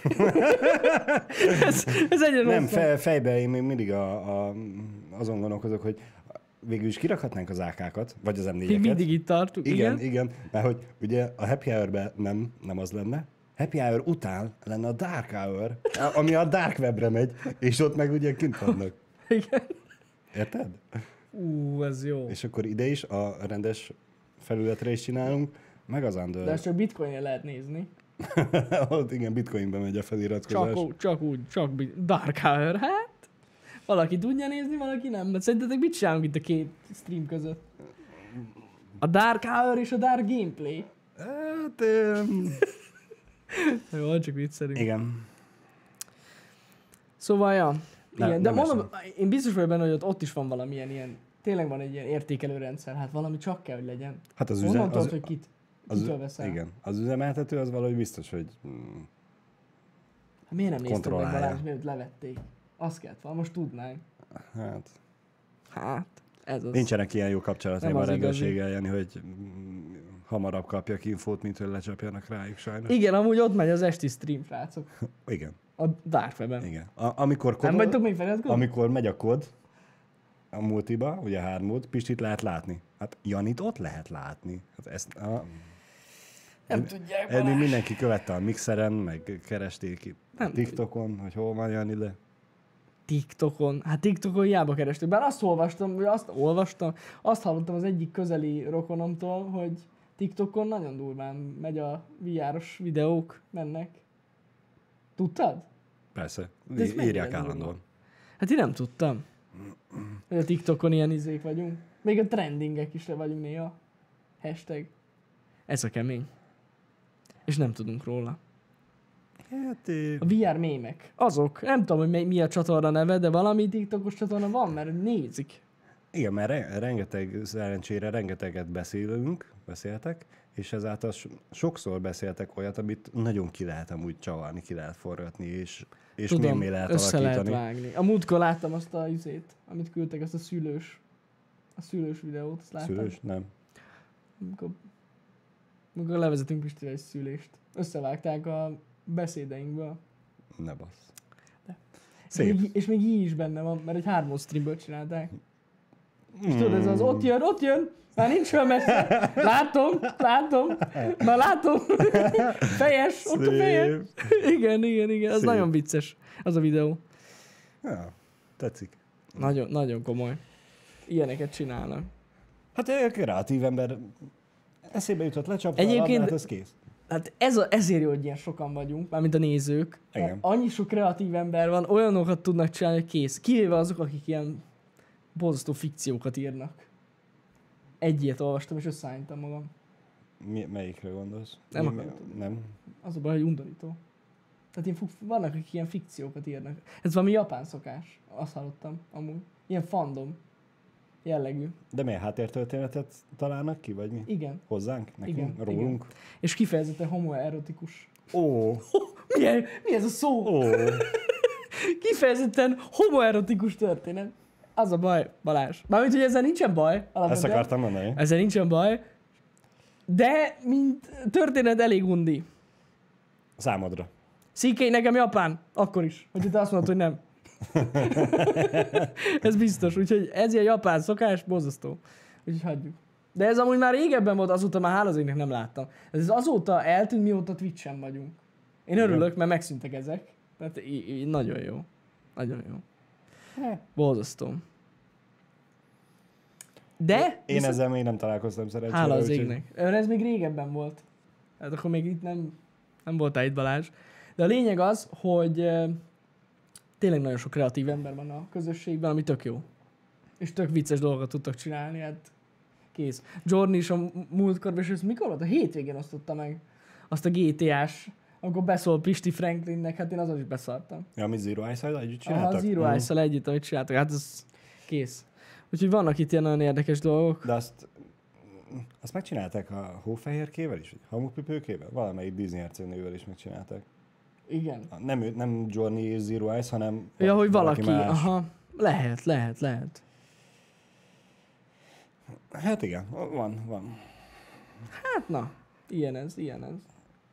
ez, ez egyre Nem, rosszabb. fe, fejben én még mindig a, a, azon gondolkozok, hogy végül is kirakhatnánk az á ká-kat, vagy az em Még négyeket. mindig itt tartunk, Igen, igen. igen, mert hogy ugye a happy hour-ben nem, nem az lenne. Happy hour után lenne a dark hour, ami a dark webre megy, és ott meg ugye kint vannak. igen. Érted? Ú, ez jó. És akkor ide is a rendes felületre is csinálunk, meg az De under. ezt csak bitcoin lehet nézni. Ott igen, bitcoinbe megy a feliratkozás. Csak, ú- csak úgy, csak bit- Dark Hour, hát. Valaki tudja nézni, valaki nem. Mert szerintetek mit csinálunk itt a két stream között? A Dark Hour és a Dark Gameplay. Hát, öm, Jó, csak viccelünk. igen. Szóval, ja. Nem- Igen, de nem mondom, én biztos vagyok benne, hogy ott, ott is van valamilyen ilyen, tényleg van egy ilyen értékelő rendszer, hát valami csak kell, hogy legyen. Hát az, Honnan üze, tudod, az, hogy kit, az, kitől veszel? igen, az üzemeltető az valahogy biztos, hogy mm, Hát miért nem nézted meg kontrollálja. Balázs, mielőtt levették? Azt kellett volna, most tudnánk. hát Hát, ez az. nincsenek ilyen jó kapcsolataim Nem a az igazi. rendőrséggel, Jani, hogy mm, hamarabb kapjak infót, mint hogy lecsapjanak rájuk sajnos. Igen, amúgy ott megy az esti stream, srácok. Igen, A Dark Web-en. igen. A, amikor, Nem kod, vagytok még feliratkozva? amikor megy a kod, a multiba, ugye hard mode, Pistit lehet látni. Hát Janit ott lehet látni. Hát ezt, a, Nem tudják, eddig Balázs. mindenki követte a mixeren, meg keresték itt Nem TikTokon, hogy hol van Jani, de TikTokon. Hát TikTokon hiába kerestük. Bár azt olvastam, vagy azt olvastam, azt hallottam az egyik közeli rokonomtól, hogy TikTokon nagyon durván megy a vé er-os videók, mennek. Tudtad? persze, De ez í- mennyire írják durva? állandóan. Hát én nem tudtam. Hogy a TikTokon ilyen izék vagyunk. Még a trendingek is vagyunk néha. Hashtag. Ez a kemény. És nem tudunk róla. Hát, é... A vé er mémek. Azok. Nem tudom, hogy mi- mi a csatorna neve, de valami TikTokos csatorna van, mert nézik. Igen, mert re- rengeteg, szerencsére rengeteget beszélünk, beszéltek, és ezáltal so- sokszor beszéltek olyat, amit nagyon ki lehet amúgy csavarni, ki lehet forgatni, és, és Tudom, mémé lehet össze alakítani. lehet vágni. A múltkor láttam azt a izét, amit küldtek, azt a szülős, a szülős videót, azt láttam. Szülős? Nem. Amikor, amikor levezetünk Pistivel egy szülést. Összevágták a beszédeinkből. Ne bassz. De. Szép. Még, és még így is benne van, mert egy hármas streamből csinálták. Mm. És tudod, ez az ott jön, ott jön, már nincs olyan messze. Látom, látom, már látom. Fejes, ott a fejes. Igen, igen, igen, az Szép. nagyon vicces, az a videó. Ja, tetszik. Nagyon, nagyon komoly. Ilyeneket csinálnak. Hát egy kreatív ember eszébe jutott, lecsapta Egyébként- a labdát, az kész. Hát ez a, ezért jó, hogy ilyen sokan vagyunk, mármint a nézők. Igen. Mert annyi sok kreatív ember van, olyanokat tudnak csinálni, hogy kész. Kivéve azok, akik ilyen borzasztó fikciókat írnak. Egy ilyet olvastam, és összeállítom magam. Mi, melyikről gondolsz? Nem Mi- akarom tudni. Nem. Az a baj, hogy undorító. Tehát ilyen, fu- vannak, akik ilyen fikciókat írnak. Ez valami japán szokás. Azt hallottam, amúgy. Ilyen fandom jellegű. De milyen háttértörténetet találnak ki, vagy mi? Igen. Hozzánk? Nekünk? Igen, Rólunk? És kifejezetten homoerotikus. Ó, Mi, mi ez a szó? ó. Kifejezetten homoerotikus történet. Az a baj, Balázs. Mármint, hogy ezzel nincsen baj. Ezt alapvetően. akartam mondani. Ezzel nincsen baj. De, mint történet elég undi. Számodra. Szíkély nekem japán. Akkor is. Hogyha te azt mondod, hogy nem. Ez biztos. Úgyhogy ez ilyen japán szokás, borzasztó. Úgyhogy hagyjuk. De ez amúgy már régebben volt, azóta már hálazéknek nem láttam. Ez azóta eltűnt, mióta Twitch-en vagyunk. Én örülök, mert megszűntek ezek. Tehát í- í- nagyon jó. Nagyon jó. Borzasztó. De... Én viszont- ezzel még nem találkoztam szerencsére. Hála az úgyhogy- égnek. Ön ez még régebben volt. Hát akkor még itt nem, nem voltál itt, Balázs. De a lényeg az, hogy eh, tényleg nagyon sok kreatív ember van a közösségben, ami tök jó. És tök vicces dolgokat tudtak csinálni, hát kész. Jordan is a múltkor, és ez mikor volt? A hétvégén osztotta meg azt a gé té ás, amikor beszól Pisti Franklinnek, hát én azon is beszartam. Ja, mi Zero Eyes-szal együtt Aha, csináltak? az Zero Mhm. Eyes-szal együtt, amit csináltak, hát ez kész. Úgyhogy vannak itt ilyen nagyon érdekes dolgok. De azt, azt megcsinálták a Hófehérkével is? Vagy Hamupipőkével? Valamelyik Disney hercegnővel is megcsinálták. Igen. Nem, ő- nem Johnny és Zero Eyes, hanem Ja, hogy valaki, más. aha. Lehet, lehet, lehet. Hát igen, van, van. Hát na, ilyen ez, ilyen ez.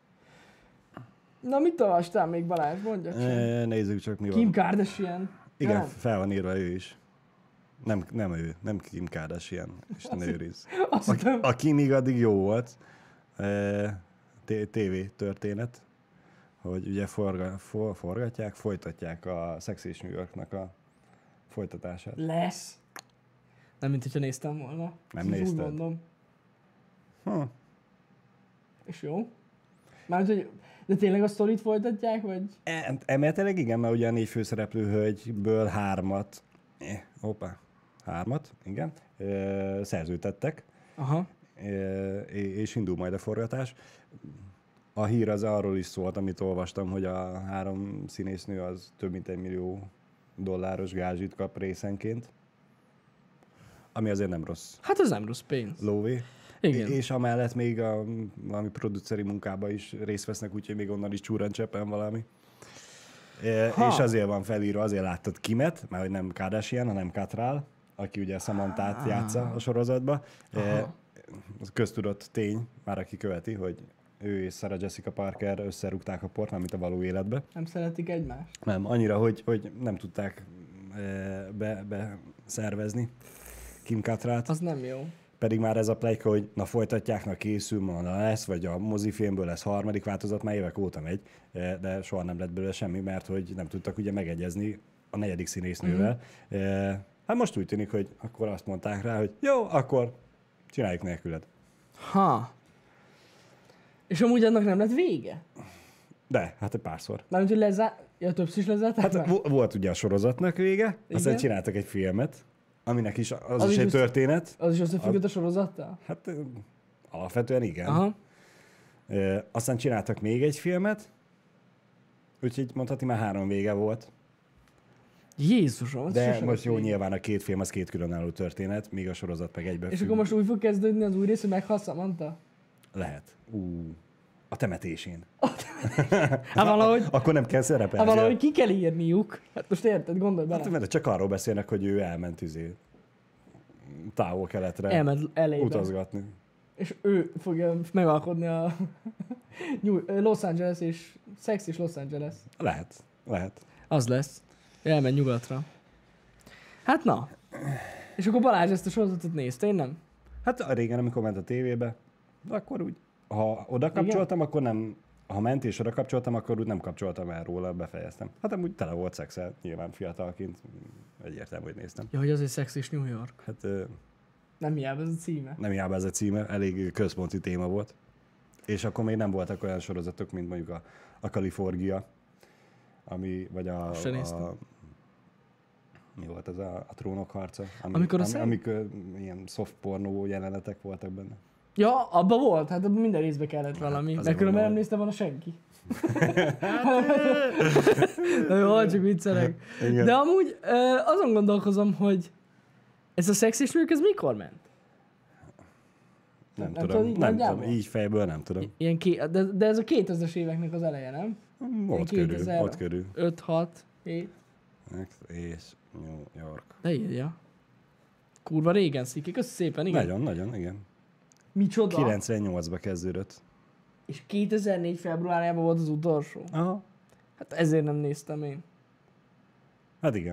Na, mit olvastál még, Balázs? Mondja csak. E, nézzük csak mi van. Kim Kardashian. Igen, Nem? fel van írva ő is. Nem, nem ő, nem Kim Kardashian. Isten őriz. Azt A, hittem, a Kimig addig jó volt. E, té- tévé történet, hogy ugye forga, for, forgatják, folytatják a Sex és New Yorknak a folytatását. lesz. Nem, mint hogyha néztem volna. Nem Ezt úgy nézted? mondom. Hm. És jó? Mármint, hogy de tényleg a sztorit folytatják, vagy? E- Emeletileg igen, mert ugye a négy főszereplő hölgyből hármat, eh, hoppá, hármat, igen, e, szerződtettek, Aha. e, és indul majd a forgatás. A hír az arról is szólt, amit olvastam, hogy a három színésznő az több mint egy millió dolláros gázsit kap részenként, ami azért nem rossz Hát ez nem rossz pénz. lóvé. Igen. És amellett még a valami produceri munkába is részt vesznek, úgyhogy még onnan is csúran cseppen valami. E, Ha. és azért van felírva, azért láttad Kimet, mert hogy nem Kardashian, hanem Katral, aki ugye Samantát játsza a sorozatba. E, az köztudott tény, már aki követi, hogy ő és Sarah Jessica Parker összerúgták a port, mint a való életbe. Nem szeretik egymást? Nem, annyira, hogy, hogy nem tudták e, be, be szervezni Kim Catralt. Az nem jó. Pedig már ez a pletyka, hogy na folytatják, na készül, ma na lesz, vagy a mozifilmből lesz harmadik változat, már évek óta megy, de soha nem lett belőle semmi, mert hogy nem tudtak ugye megegyezni a negyedik színésznővel. Mm-hmm. Hát most úgy tűnik, hogy akkor azt mondták rá, hogy jó, akkor csináljuk nélküled. Ha. És amúgy annak nem lett vége? De, hát egy párszor. Mármint, hogy lezá... Ja, többször is lezárták Hát már? vo- volt ugye a sorozatnak vége, aztán Igen. csináltak egy filmet, aminek is az, Az is is egy össze- történet. Az is összefüggött a sorozattal? Hát ö, alapvetően igen. Aha. E, aztán csináltak még egy filmet, úgyhogy mondhatni már három vége volt. Jézusom, az De sose most jó, lesz vége. nyilván a két film az két különálló történet, míg a sorozat meg egybe És függ. akkor most úgy fog kezdődni az új rész, hogy meghalsz, mondta? Lehet. Ú, a temetésén. Hát valahogy, Akkor nem kell hát szerepelni. valahogy ki kell írniuk. Hát most érted, gondolj bele. Hát, mert csak arról beszélnek, hogy ő elment izé távol-keletre Elment elébe. utazgatni. És ő fogja megalkodni a New- Los Angeles és Sex és Los Angeles. Lehet, lehet. Az lesz. Elmegy nyugatra. Hát na. És akkor Balázs ezt a sorozatot nézte, én nem? Hát a régen, amikor ment a tévébe, akkor úgy, ha oda kapcsoltam, akkor nem, ha ment és oda kapcsoltam, akkor úgy nem kapcsoltam el róla, befejeztem. Hát amúgy tele volt szexel, nyilván fiatalként, egyértelmű, hogy néztem. Ja, hogy azért Sex és New York. Hát ö, Nem hiába ez a címe. nem hiába ez a címe, elég központi téma volt. És akkor még nem voltak olyan sorozatok, mint mondjuk a, a Kalifornia, ami, vagy a, Azt se néztem. a mi volt ez a, a Trónok harca? Ami, Amikor a ami, szem- amikor ilyen soft pornó jelenetek voltak benne. Ja, abba volt, hát abban minden részbe kellett valami. azért Mert különben nem mondom, nézte volna senki. Na jó, csak viccelek. Igen. De amúgy ö, azon gondolkozom, hogy ez a Sex és New York, ez mikor ment? Nem, Nem tudom, tudod így nem nagyjából? tudom, így fejből nem tudom. Ilyen ké- de, de ez a kétezres éveknek az eleje, nem? Ott körül, kétezer. ott körül. öt, hat, hét. És New York. De írja. Kurva régen szikik, köszi szépen, igen. Nagyon, nagyon, igen. Micsoda? kilencvennyolcba kezdődött. És kétezer-négy februárjában volt az utolsó. Aha. Hát ezért nem néztem én. Hát igen.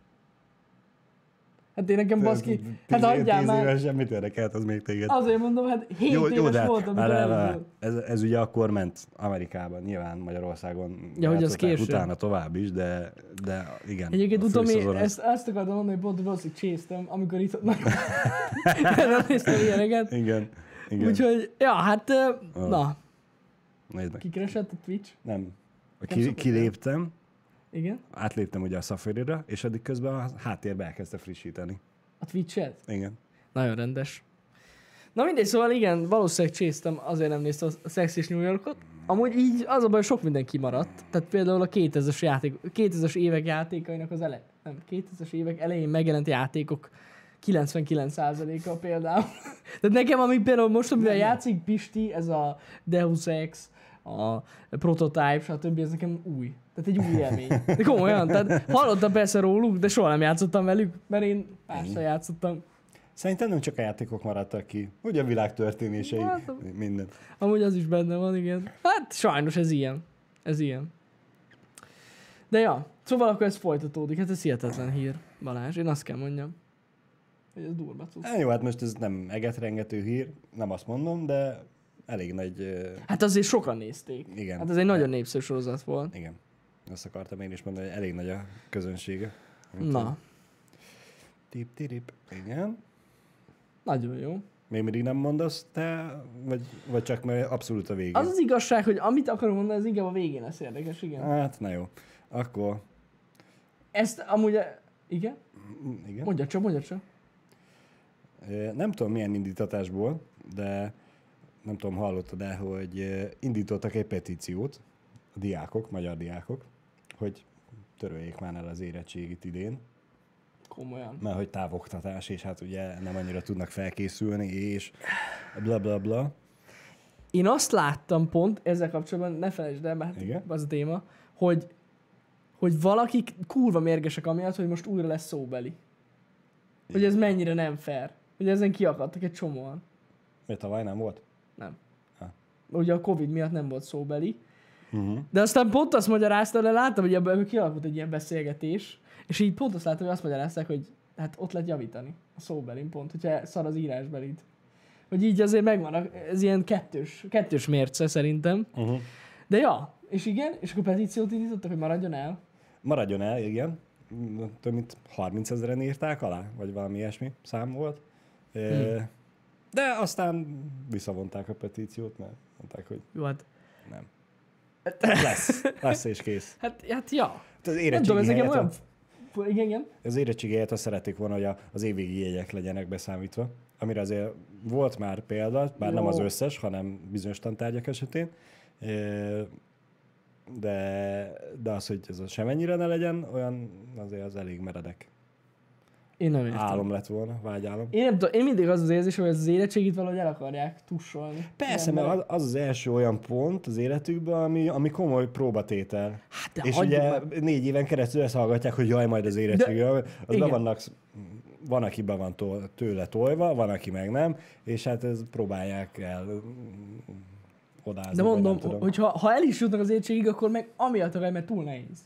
Hát én nekem baszki, Tíz- hát adjál tíz már. évesen mit érdekelt, az még téged? Azért mondom, hát hét Jó, éves jó, de voltam, amikor várjál, várjál. elindult. ez, ez ugye akkor ment Amerikában, nyilván Magyarországon Ja, hogy az játszották később. utána tovább is, de, de igen. Egyébként a utána főszezon az- ezt, ezt akartam mondani, hogy pont valószínűleg csésztem, amikor itt... nem néztem ilyeneket. Igen, igen. Úgyhogy, ja, hát, ö, Ah. na, Nézd meg. kikeresett a Twitch. Nem. Nekem Ki, szokott kiléptem, Igen. átléptem ugye a Safari-ra, és addig közben a háttérbe elkezdte frissíteni. A Twitch-et? Igen. Nagyon rendes. Na mindegy, szóval igen, valószínűleg csésztem, azért nem néztem a Sex és New Yorkot. Amúgy így az a baj, sok minden kimaradt. Tehát például a kétezres, játék, kétezres évek játékainak az ele... Nem, kétezres évek elején megjelent játékok kilencvenkilenc százaléka például. Tehát nekem, ami például most, amivel játszik Pisti, ez a Deus Ex, a Prototype, stb. Ez nekem új. Tehát egy új élmény. De komolyan, tehát hallottam persze róluk, de soha nem játszottam velük, mert én mással játszottam. Szerintem nem csak a játékok maradtak ki, ugye a világ történései, Hát, minden. Amúgy az is benne van, igen. Hát sajnos ez ilyen. Ez ilyen. De ja, szóval akkor ez folytatódik. Hát ez hihetetlen hír, Balázs. Én azt kell mondjam. Hogy ez durva cucc. Hát jó, hát most ez nem egetrengető hír, nem azt mondom, de elég nagy... ö, Hát azért sokan nézték. Igen. Hát ez egy nagyon népszerű sorozat volt. Igen. Azt akartam én is mondani, hogy elég nagy a közönsége. Na, Tip, tirip. Igen. nagyon jó. Még mindig nem mondasz te, vagy, vagy csak mert abszolút a végén? Az az igazság, hogy amit akarok mondani, az inkább a végén lesz érdekes, igen. Hát, na jó. Akkor, Ezt amúgy... Igen? mm, igen. Mondja csak, mondja csak. Ö, Nem tudom milyen indítatásból, de nem tudom, hallottad-e, hogy ö, indítottak egy petíciót, a diákok, magyar diákok, hogy töröljék már el az érettségit idén, Komolyan. mert hogy távoktatás, és hát ugye nem annyira tudnak felkészülni, és bla bla bla. Én azt láttam pont ezzel kapcsolatban, ne felejtsd el, mert Igen? az a téma, hogy, hogy valakik kurva mérgesek amiatt, hogy most újra lesz szóbeli. Hogy ez mennyire nem fair. Hogy ezen kiakadtak egy csomóan. Mert tavaly nem volt? Nem. Ha. Ugye a Covid miatt nem volt szóbeli. Uh-huh. De aztán pont azt magyarázta, de láttam, hogy ebből kialakult egy ilyen beszélgetés, és így pont azt láttam, hogy azt magyarázták, hogy hát ott lehet javítani a szóbelin pont, hogyha szar az írásbelit. Hogy így azért megvan, a- ez ilyen kettős, kettős mérce szerintem. Uh-huh. De ja, és igen, és akkor petíciót indítottak, hogy maradjon el. Maradjon el, igen. Több mint harminc ezeren írták alá, vagy valami ilyesmi szám volt. Hmm. De aztán visszavonták a petíciót, mert mondták, hogy Jó, hát, nem. Lesz, lesz és kész. hát, hát ja. Az Nem tudom, ez érettségi nekem helyett olyan a- Igen, igen. Az érettségéjét azt szerették volna, hogy a- az évvégi jegyek legyenek beszámítva, amire azért volt már példa, bár Jó. nem az összes, hanem bizonyos tantárgyak esetén. Ö, De, de az, hogy ez semennyire ne legyen, olyan azért az elég meredek. Én nem értem. Álom lett volna, vágyálom. Én nem tudom, én mindig az az érzés, hogy az érettségit valahogy el akarják tussolni. Persze, Nem, mert az, az az első olyan pont az életükben, ami, ami komoly próbatétel. Hát de És hagyjuk ugye már. négy éven keresztül ezt hallgatják, hogy jaj, majd az érettségű. Az be igen. vannak, van, aki be van tol- tőle tolva, van, aki meg nem, és hát ez próbálják el odázni. De vagy mondom, nem tudom. hogy ha, ha el is jutnak az érettségig, akkor meg amiatt a mert túl nehéz.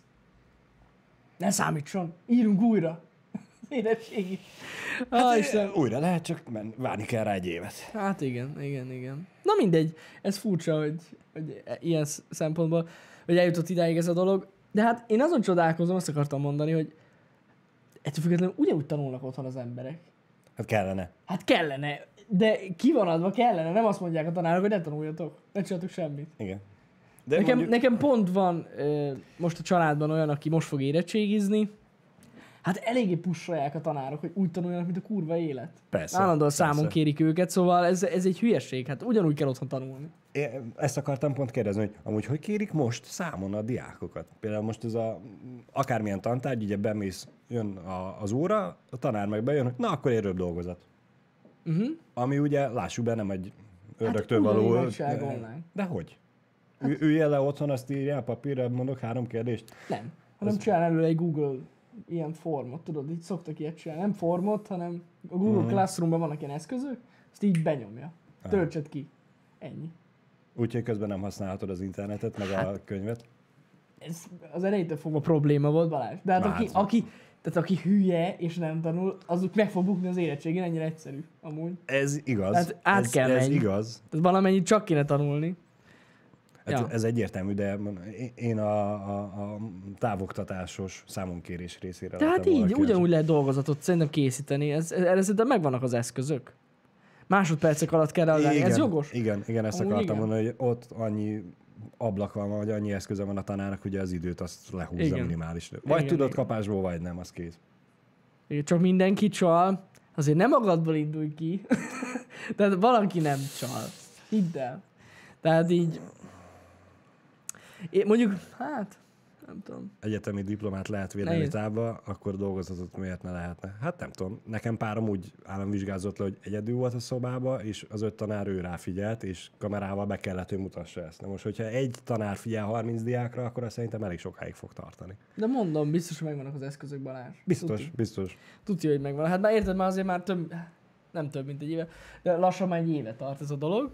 Ne számítson, írunk újra. Érettségi. Hát, Hát, Isten. újra lehet, csak men, várni kell rá egy évet. Hát igen, igen, igen. Na mindegy, ez furcsa, hogy, hogy ilyen sz- szempontból, hogy eljutott idáig ez a dolog. De hát én azon csodálkozom, azt akartam mondani, hogy ettől függetlenül ugyanúgy tanulnak otthon az emberek. Hát kellene. Hát kellene, de kivonatva kellene, nem azt mondják a tanárok, hogy ne tanuljatok, ne csináltok semmit. Igen. De Nekem, mondjuk, nekem pont van ö, most a családban olyan, aki most fog érettségizni. Hát eléggé pusolják a tanárok, hogy úgy tanuljanak, mint a kurva élet. Persze, Állandóan persze. számon kérik őket, szóval ez, ez egy hülyeség. Hát ugyanúgy kell otthon tanulni. Én ezt akartam pont kérdezni, hogy amúgy hogy kérik most számon a diákokat? Például most ez a akármilyen tantárgy, ugye bemész, jön a, az óra, a tanár meg bejön, hogy na akkor érőbb dolgozat. Uh-huh. Ami ugye, lássuk be, nem egy ördögtől Hát ugyanúgy való... megcsinálják online. De hogy? Hát, üljél le otthon, azt írjál papírra, mondok három kérdést? Nem, hanem csinál előle egy Google ilyen formot, tudod, így szoktak ilyet csinálni. Nem formot, hanem a Google Mhm. Classroomban vannak ilyen eszközök, azt így benyomja. Töltsed ki. Ennyi. Úgyhogy közben nem használhatod az internetet, meg Hát- a könyvet. Ez az elejétől fogva probléma volt, Balázs. De hát Na aki, hát. aki, tehát aki hülye és nem tanul, az meg fog bukni az érettségén, ennyire egyszerű amúgy. Ez igaz. Hát át ez, kell ez menni. igaz. Tehát valamennyit csak kéne tanulni. Hát Ja. Ez egyértelmű, de én a, a, a távoktatásos számonkérés részére Tehát lettem volna így, kíváncsi. ugyanúgy lehet dolgozatot szerintem készíteni. Ez, erre szerintem megvannak az eszközök. Másodpercek alatt kell reagálni. Igen, Ez jogos? Igen, igen, ezt Amúgy akartam igen. mondani, hogy ott annyi ablak van, vagy annyi eszköze van a tanárnak, hogy az időt azt lehúzza Igen. minimálisra. Vagy Igen, tudod igen. kapásból, vagy nem, az kész. Igen, csak mindenki csal. Azért nem magadból indulj ki. Tehát valaki nem csal. Hidd el. Tehát így... Én mondjuk, hát, nem tudom. Egyetemi diplomát lehet védeni Nehéz. távba, akkor dolgozatot miért ne lehetne? Hát nem tudom. Nekem párom úgy államvizsgázott le, hogy egyedül volt a szobába, és az öt tanár ő ráfigyelt, és kamerával be kellett, hogy mutassa ezt. Na most, hogyha egy tanár figyel harminc diákra, akkor azt szerintem elég sokáig fog tartani. De mondom, biztos, hogy megvannak az eszközök, Balázs. Biztos, Tuti. biztos. Tudja, hogy megvan. Hát már érted, már azért már több, nem több, mint egy éve, de lassan már egy éve tart ez a dolog.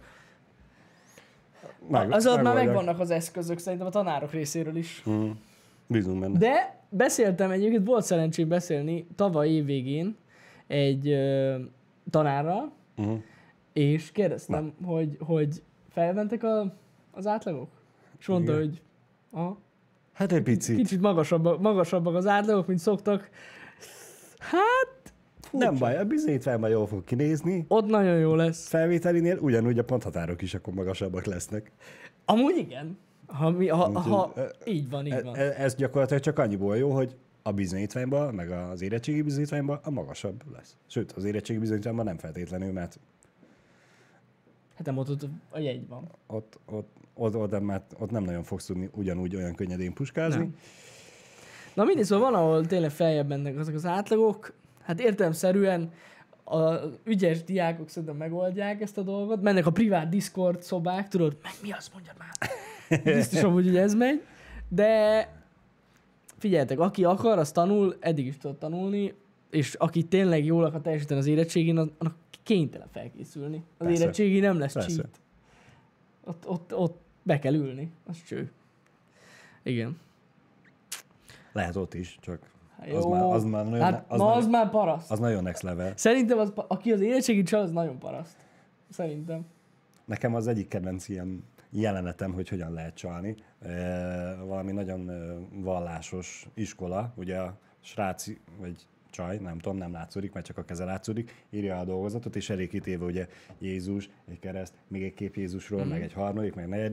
Meg, Az alatt már megoldják. megvannak az eszközök, szerintem a tanárok részéről is. Mm. Bízunk benne. De beszéltem egyébként, volt szerencsém beszélni tavaly évvégén egy ö, tanárral, Uh-huh. és kérdeztem, hogy, hogy felmentek a, az átlagok? És mondta, Igen. hogy aha, Hát egy picit. kicsit magasabbak, magasabbak az átlagok, mint szoktak. Hát, Nem baj, a bizonyítványban jól fog kinézni. ott nagyon jó lesz. Felvételinél ugyanúgy a ponthatárok is akkor magasabbak lesznek. Amúgy igen. Ha, mi, ha, Úgyhogy, ha, ö, így van, így E- van. e- Ez gyakorlatilag csak annyiból jó, hogy a bizonyítványban, meg az érettségi bizonyítványban a magasabb lesz. Sőt, az érettségi bizonyítványban nem feltétlenül, mert Hát nem ott, ott a jegy van. ott, ott, ott, ott, már, ott nem nagyon fogsz tudni ugyanúgy olyan könnyedén puskázni. Nem. Na mindig, szóval van, ahol tényleg feljebb mennek azok az átlagok. Hát értelemszerűen a ügyes diákok szerintem megoldják ezt a dolgot. Mennek a privát Discord szobák, tudod, meg mi az, mondjad már. Biztos amúgy, hogy ez megy. De figyeljetek, aki akar, az tanul, eddig is tud tanulni, és aki tényleg jól akar teljesíteni az érettségén, az- annak kénytelen felkészülni. Az Persze. érettségi nem lesz Persze. cheat. Ott, ott, ott be kell ülni, az cső. Igen. Lehet ott is, csak Hát az jó. már, az már nagyon, Hát az, ma az nagyon, már paraszt. az nagyon next level. Szerintem az, aki az érettségi csal, az nagyon paraszt. Szerintem. Nekem az egyik kedvenc ilyen jelenetem, hogy hogyan lehet csalni. E, valami nagyon e, vallásos iskola, ugye a srác, vagy csaj, nem tudom, nem látszódik, mert csak a keze látszódik, írja a dolgozatot, és elég kitéve ugye Jézus, egy kereszt, még egy kép Jézusról, mm-hmm. meg egy harmadik, meg negyedik,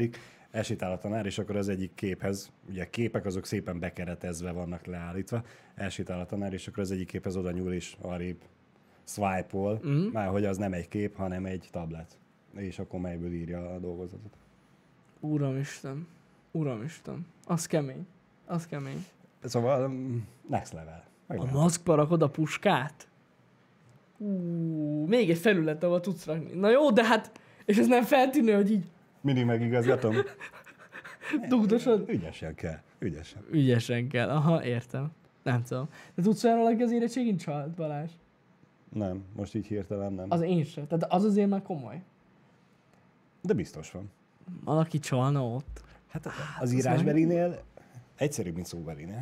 elsétál a tanár, és akkor az egyik képhez, ugye képek azok szépen bekeretezve vannak leállítva, elsétál a tanár, és akkor az egyik képhez oda nyúl, és arrébb swipe-ol, mm. már hogy az nem egy kép, hanem egy tablet. És akkor melyből írja a dolgozatot. Uramisten. Uramisten. Az kemény. Az kemény. Szóval next level. A maszkba rakod a puskát? Ú, még egy felület, ahol tudsz rakni. Na jó, de hát, és ez nem feltűnő, hogy így... Mindig megigazgatom. Dugdosod? Ügyesen kell. Ügyesen. Ügyesen kell. Aha, értem. Nem tudom. De tudsz olyanról, aki az érettségén csalt, Balázs? Nem, most így hirtelen nem. Az én sem. Tehát az azért már komoly. De biztos van. Valaki csalna ott. Hát az írásbelinél egyszerűbb, mint szóbelinél.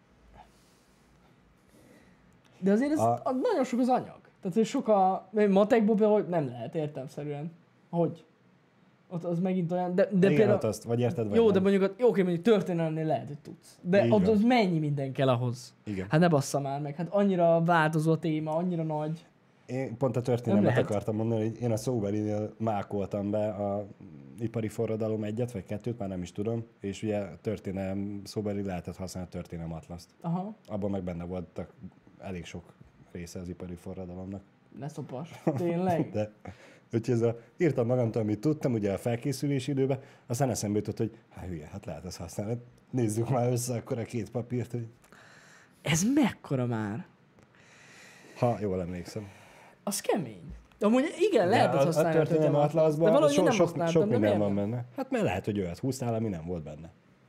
De azért ez, A... a, nagyon sok az anyag. Tehát, hogy sok a... Matekból például nem lehet értelemszerűen. Hogy? Ott az megint olyan... De, de igen, például... azt vagy érted, vagy Jó, nem. de mondjuk, jó, oké, mondjuk történelemnél lehet, hogy tudsz. De ott az mennyi minden kell ahhoz. Igen. Hát ne bassza már meg. Hát annyira változó a téma, annyira nagy. Én pont a történelmet akartam mondani, hogy én a szóbelinél mákoltam be a ipari forradalom egyet, vagy kettőt, már nem is tudom, és ugye történelem szóbeli lehetett használni a történelem atlaszt. Aha. Abban meg benne voltak elég sok része az ipari forradalomnak. Ne szopas. Tényleg? De, úgyhogy ez a, írtam magamtól, amit tudtam, ugye a felkészülési időben, aztán eszembe jutott, hogy hát hülye, hát lehet ezt használni. Nézzük már össze akkor a két papírt, hogy... Ez mekkora már? Ha jól emlékszem. Az kemény. Amúgy igen, lehet de az a, használni. A történelem atlaszban de valahogy so, nem sok, használtam, sok de minden miért van nem? benne. Hát mert lehet, hogy olyat húztál, ami nem volt benne.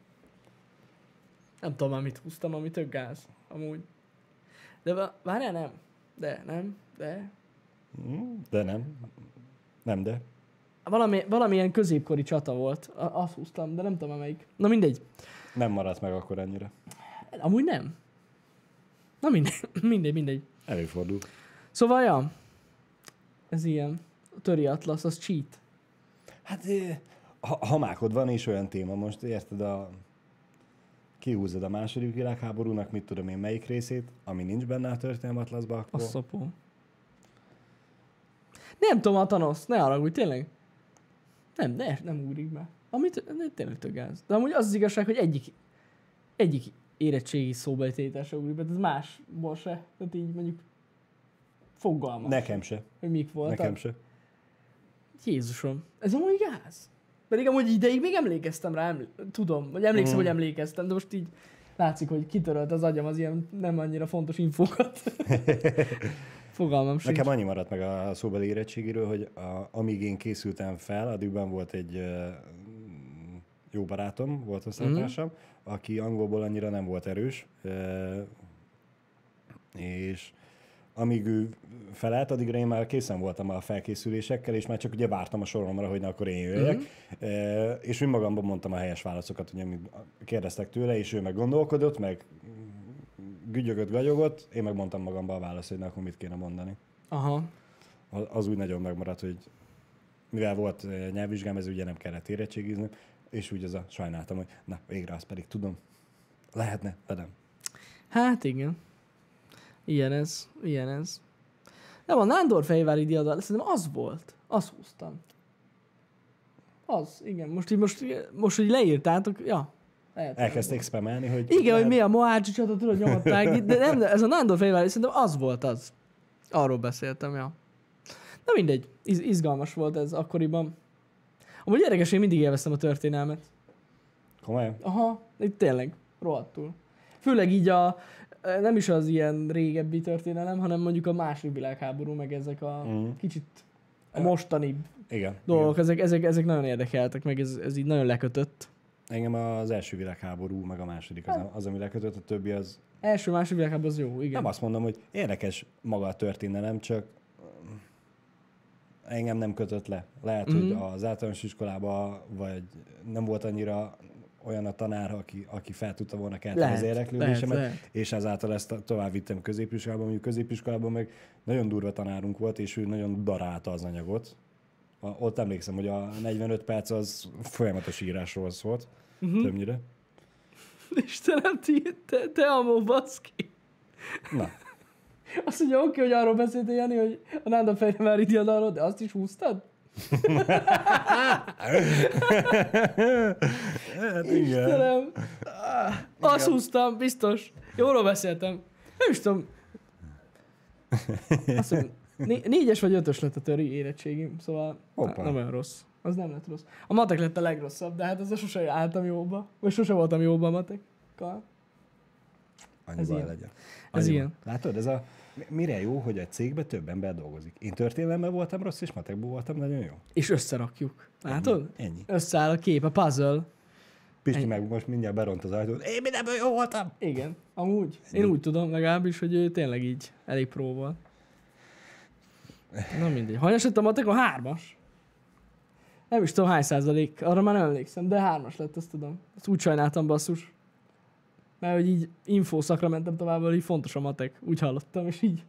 Nem tudom, amit húztam, ami tök gáz. Amúgy. De várjál, nem. De, nem, de. De nem. Nem, de. Valami, valamilyen középkori csata volt. A, azt húztam, de nem tudom, amelyik. Na mindegy. Nem maradt meg akkor annyira. Amúgy nem. Na mindegy, mindegy, mindegy. Előfordul. Szóval, ja. Ez ilyen. A töri atlasz, az cheat. Hát, ha, ha mákod van és olyan téma most, érted a... Kihúzod a második világháborúnak, mit tudom én, melyik részét, ami nincs benne a történelem atlaszban, akkor... A szopó. Nem tudom a Thanos, ne haragudj, tényleg. Nem, ne, nem ugrik be. Amit tényleg tök gáz. De amúgy az az igazság, hogy egyik, egyik érettségi szóbeli se ugrik be, ez másból se. Tehát így mondjuk fogalmas. Nekem se. Hogy mik voltak. Nekem se. Jézusom, ez amúgy gáz. Pedig amúgy ideig még emlékeztem rá, emlé- tudom, vagy emlékszem, mm. hogy emlékeztem, de most így látszik, hogy kitörölt az agyam az ilyen nem annyira fontos infókat. Fogalmam sincs. Nekem annyi maradt meg a szóbeli érettségiről, hogy a, amíg én készültem fel, addigban volt egy uh, jó barátom, volt osztálytársam, mm. aki angolból annyira nem volt erős, uh, és amíg ő felállt, addigra én már készen voltam a felkészülésekkel, és már csak ugye vártam a soromra, hogy na, akkor én jöjjek. Mm-hmm. Uh, és én magamban mondtam a helyes válaszokat, ugye, amit kérdeztek tőle, és ő meg gondolkodott, meg gügyögött, gagyogott, én megmondtam magamban a választ, hogy na, akkor mit kéne mondani. Aha. Az, az úgy nagyon megmaradt, hogy mivel volt nyelvvizsgám, ez ugye nem kellett érettségizni, és úgy az a sajnáltam, hogy na, végre azt pedig tudom. Lehetne, de nem. Hát igen. Ilyen ez, ilyen ez. Nem, a Nándorfehérvári diadal, szerintem az volt. Azt húztam. Az, igen. Most így, most, most hogy leírtátok, ja. Lehet, elkezdték spamelni, hogy... Igen, lehet... hogy mi a Mohácsi csata, tudod, nyomották, de nem, de ez a Nándorfehérvári, szerintem az volt az. Arról beszéltem, ja. Na mindegy, Iz- izgalmas volt ez akkoriban. Amúgy érdekes, én mindig élveztem a történelmet. Komolyan? Aha, itt tényleg, rohadtul. Főleg így a, nem is az ilyen régebbi történelem, hanem mondjuk a második világháború, meg ezek a mm. kicsit a mostanibb igen, dolgok, igen. Ezek, ezek, ezek nagyon érdekeltek, meg ez, ez így nagyon lekötött. Engem az első világháború, meg a második az, az ami lekötött, a többi az... Első, második világháború az jó, igen. Nem azt mondom, hogy érdekes maga a történelem, csak engem nem kötött le. Lehet, mm-hmm. hogy az általános iskolában, vagy nem volt annyira olyan a tanár, aki, aki fel tudta volna kelteni az érdeklődésemet, lehet, lehet. És ezáltal ezt tovább vittem középiskolában. Mondjuk középiskolában meg nagyon durva tanárunk volt, és ő nagyon darálta az anyagot. A, ott emlékszem, hogy a negyvenöt perc az folyamatos írásról szólt, uh-huh. többnyire. Istenem, te, te amó, baszki. Na. Azt mondja, oké, hogy arról beszéltél, Jani, hogy a Nándorfehérvári diadalról, de azt is húztad? Hát igen. Istenem. Azt húztam, biztos. Jóról beszéltem. Nem is tudom. Azt mondom, né- négyes vagy ötös lett a töri érettségim, szóval Hoppá. nem olyan rossz. Az nem lett rossz. A matek lett a legrosszabb, de hát az sose álltam jóba. Vagy sose voltam jóba a matekkal. Annyi Ez baj ilyen. legyen. Ez Annyi ilyen. baj. Látod, ez a... Mire jó, hogy egy cégben több ember dolgozik. Én történelemben voltam rossz, és matekból voltam nagyon jó. És összerakjuk. Látod? Ennyi. Összeáll a kép, a puzzle. Pisti Ennyi. meg most mindjárt beront az ajtót. Én mindenből jó voltam! Igen, amúgy. Én úgy tudom legalábbis, hogy ő tényleg így elég pró volt. Na mindegy. Hanyas lett a matekon? Hármas. Nem is tudom hány százalék, arra már nem emlékszem, de hármas lett, azt tudom. Ezt úgy sajnáltam, basszus. Mert hogy így infószakra mentem tovább, hogy így fontos a matek. Úgy hallottam, és így.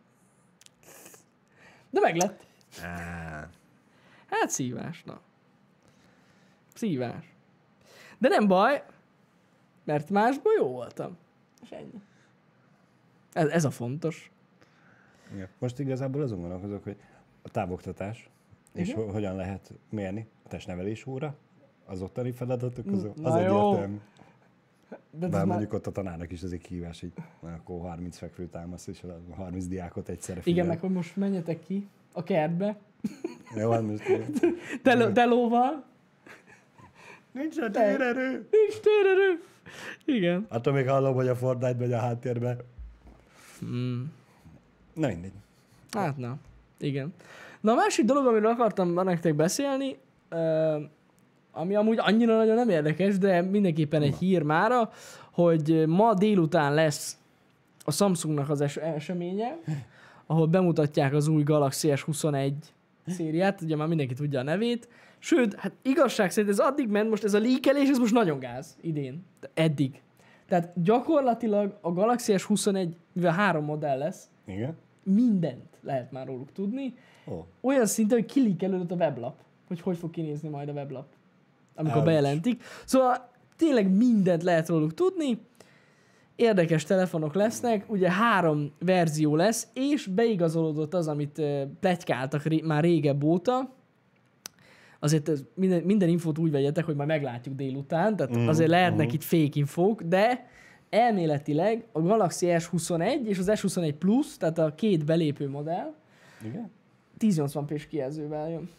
De meg lett. Á, Hát szívás, na. Szívás. De nem baj, mert másból jó voltam. És ennyi. Ez, ez a fontos. igen. Most igazából azon gondolkozok, hogy a távoktatás, és Igen? ho- hogyan lehet mérni a testnevelés óra, az ottani feladatok, az, Na az jó. egyértelmű. De ez Bár már... mondjuk ott a tanárnak is ez egy kihívás, hogy na, akkor harminc fekvő támasz, és a harminc diákot egyszerre figyel. Igen, meg hogy most menjetek ki a kertbe, Jó, hát most tel- telóval. nincs a Te- térerő. Nincs térerő. Igen. Attól még hallom, hogy a Fortnite megy a háttérbe. Mm. Na mindegy. Hát na, igen. Na a másik dolog, amiről akartam ma nektek beszélni, uh, ami amúgy annyira nagyon nem érdekes, de mindenképpen egy hír mára, hogy ma délután lesz a Samsungnak az es- eseménye, ahol bemutatják az új Galaxy S huszonegy szériát, ugye már mindenki tudja a nevét. Sőt, hát igazság szerint ez addig ment, most ez a leakelés, ez most nagyon gáz idén. Eddig. Tehát gyakorlatilag a Galaxy S huszonegy, mivel három modell lesz, Igen? mindent lehet már róluk tudni. Ó. Olyan szinten, hogy kilikelődött a weblap, hogy hogy fog kinézni majd a weblap, amikor Ouch. bejelentik. Szóval tényleg mindent lehet róluk tudni. Érdekes telefonok lesznek, ugye három verzió lesz, és beigazolódott az, amit uh, pletykáltak ré- már régebb óta. Azért ez minden, minden infót úgy vegyetek, hogy majd meglátjuk délután, tehát Mhm, azért lehetnek mhm. itt fake infók, de elméletileg a Galaxy S huszonegy és az S huszonegy Plus, tehát a két belépő modell, Igen? ezernyolcvan pés kijelzővel jön.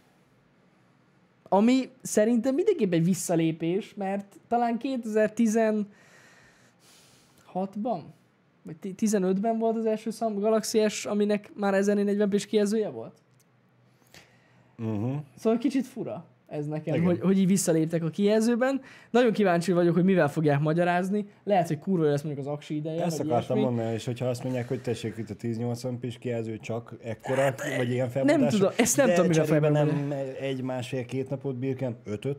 Ami szerintem mindenképp egy visszalépés, mert talán kétezer-tizenhatban, vagy ti- tizenötben volt az első Samsung Galaxy S, aminek már ezernégyszáznegyven pés kijelzője volt. Uh-huh. Szóval kicsit fura ez nekem, Igen. hogy, hogy így visszaléptek a kijelzőben. Nagyon kíváncsi vagyok, hogy mivel fogják magyarázni. Lehet, hogy kurva lesz mondjuk az aksi ideje, Ezt vagy akartam ilyesmi. mondani, és hogyha azt mondják, hogy tessék itt a ezernyolcvan pés kijelző csak ekkora, vagy ilyen felbontású. Nem tudom, ezt nem de tudom, mire cserébe felbontani. nem egy, másfél, két napot birken, ötöt.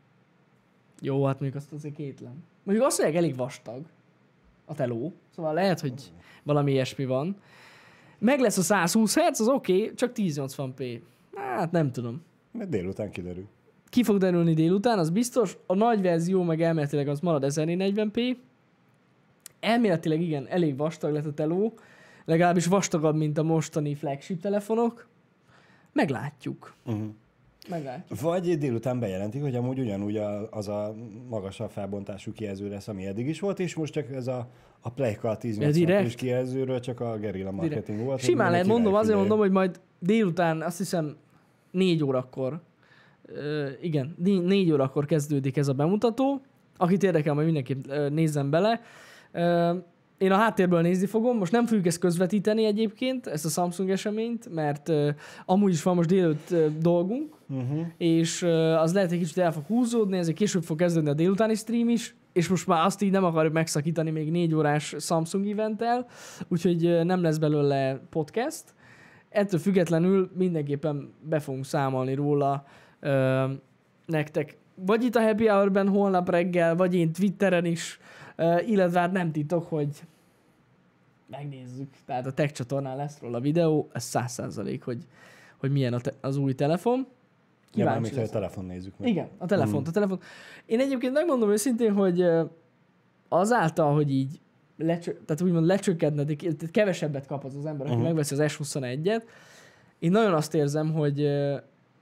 Jó, hát mondjuk azt azért kétlem. Mondjuk azt mondják, elég vastag a teló, szóval lehet, hogy valami ilyesmi van. Meg lesz a száz húsz hertz, az oké, okay, csak ezernyolcvan pé. Hát nem tudom. Mert délután kiderül. Ki fog derülni délután, az biztos. A nagy verzió meg elméletileg az marad ezernégyszáznegyven pé. Elméletileg igen, elég vastag lett a teló. Legalábbis vastagabb, mint a mostani flagship telefonok. Meglátjuk. Uh-huh. Meglátjuk. Vagy délután bejelentik, hogy amúgy ugyanúgy a, az a magasabb felbontású kijelző lesz, ami eddig is volt, és most csak ez a, a Playka Ja, ezernyolcvan direkt? pés kijelzőről csak a gerilla marketing volt. hogy Simán lehet, mindenki mondom, azért ráfigyeljen. mondom, hogy majd délután, azt hiszem négy órakor, uh, igen, né- négy órakor kezdődik ez a bemutató. Akit érdekel, majd mindenképp uh, nézzen bele. Uh, én a háttérből nézni fogom, most nem fogjuk ezt közvetíteni egyébként, ezt a Samsung eseményt, mert uh, amúgy is van most délőtt uh, dolgunk, Uh-huh. és uh, az lehet egy kicsit el fog húzódni, ezért később fog kezdődni a délutáni stream is, és most már azt így nem akarjuk megszakítani még négy órás Samsung eventtel, úgyhogy uh, nem lesz belőle podcast. Ettől függetlenül mindenképpen be fogunk számolni róla uh, nektek, vagy itt a Happy Hour-ben holnap reggel, vagy én Twitteren is, uh, illetve hát nem titok, hogy megnézzük. Tehát a Tech csatornán lesz róla a videó, ez száz százalék, hogy, hogy milyen a te- az új telefon. Ja, Kíváncsi mármint, hogy a leszek. telefon nézzük meg. Igen, a telefont, Mm. a telefon. Én egyébként megmondom őszintén, hogy ö, azáltal, hogy így lecsö- tehát úgymond lecsökkentnedik, tehát kevesebbet kap az az ember, aki Mhm. megveszi az S huszonegyet, én nagyon azt érzem, hogy ö,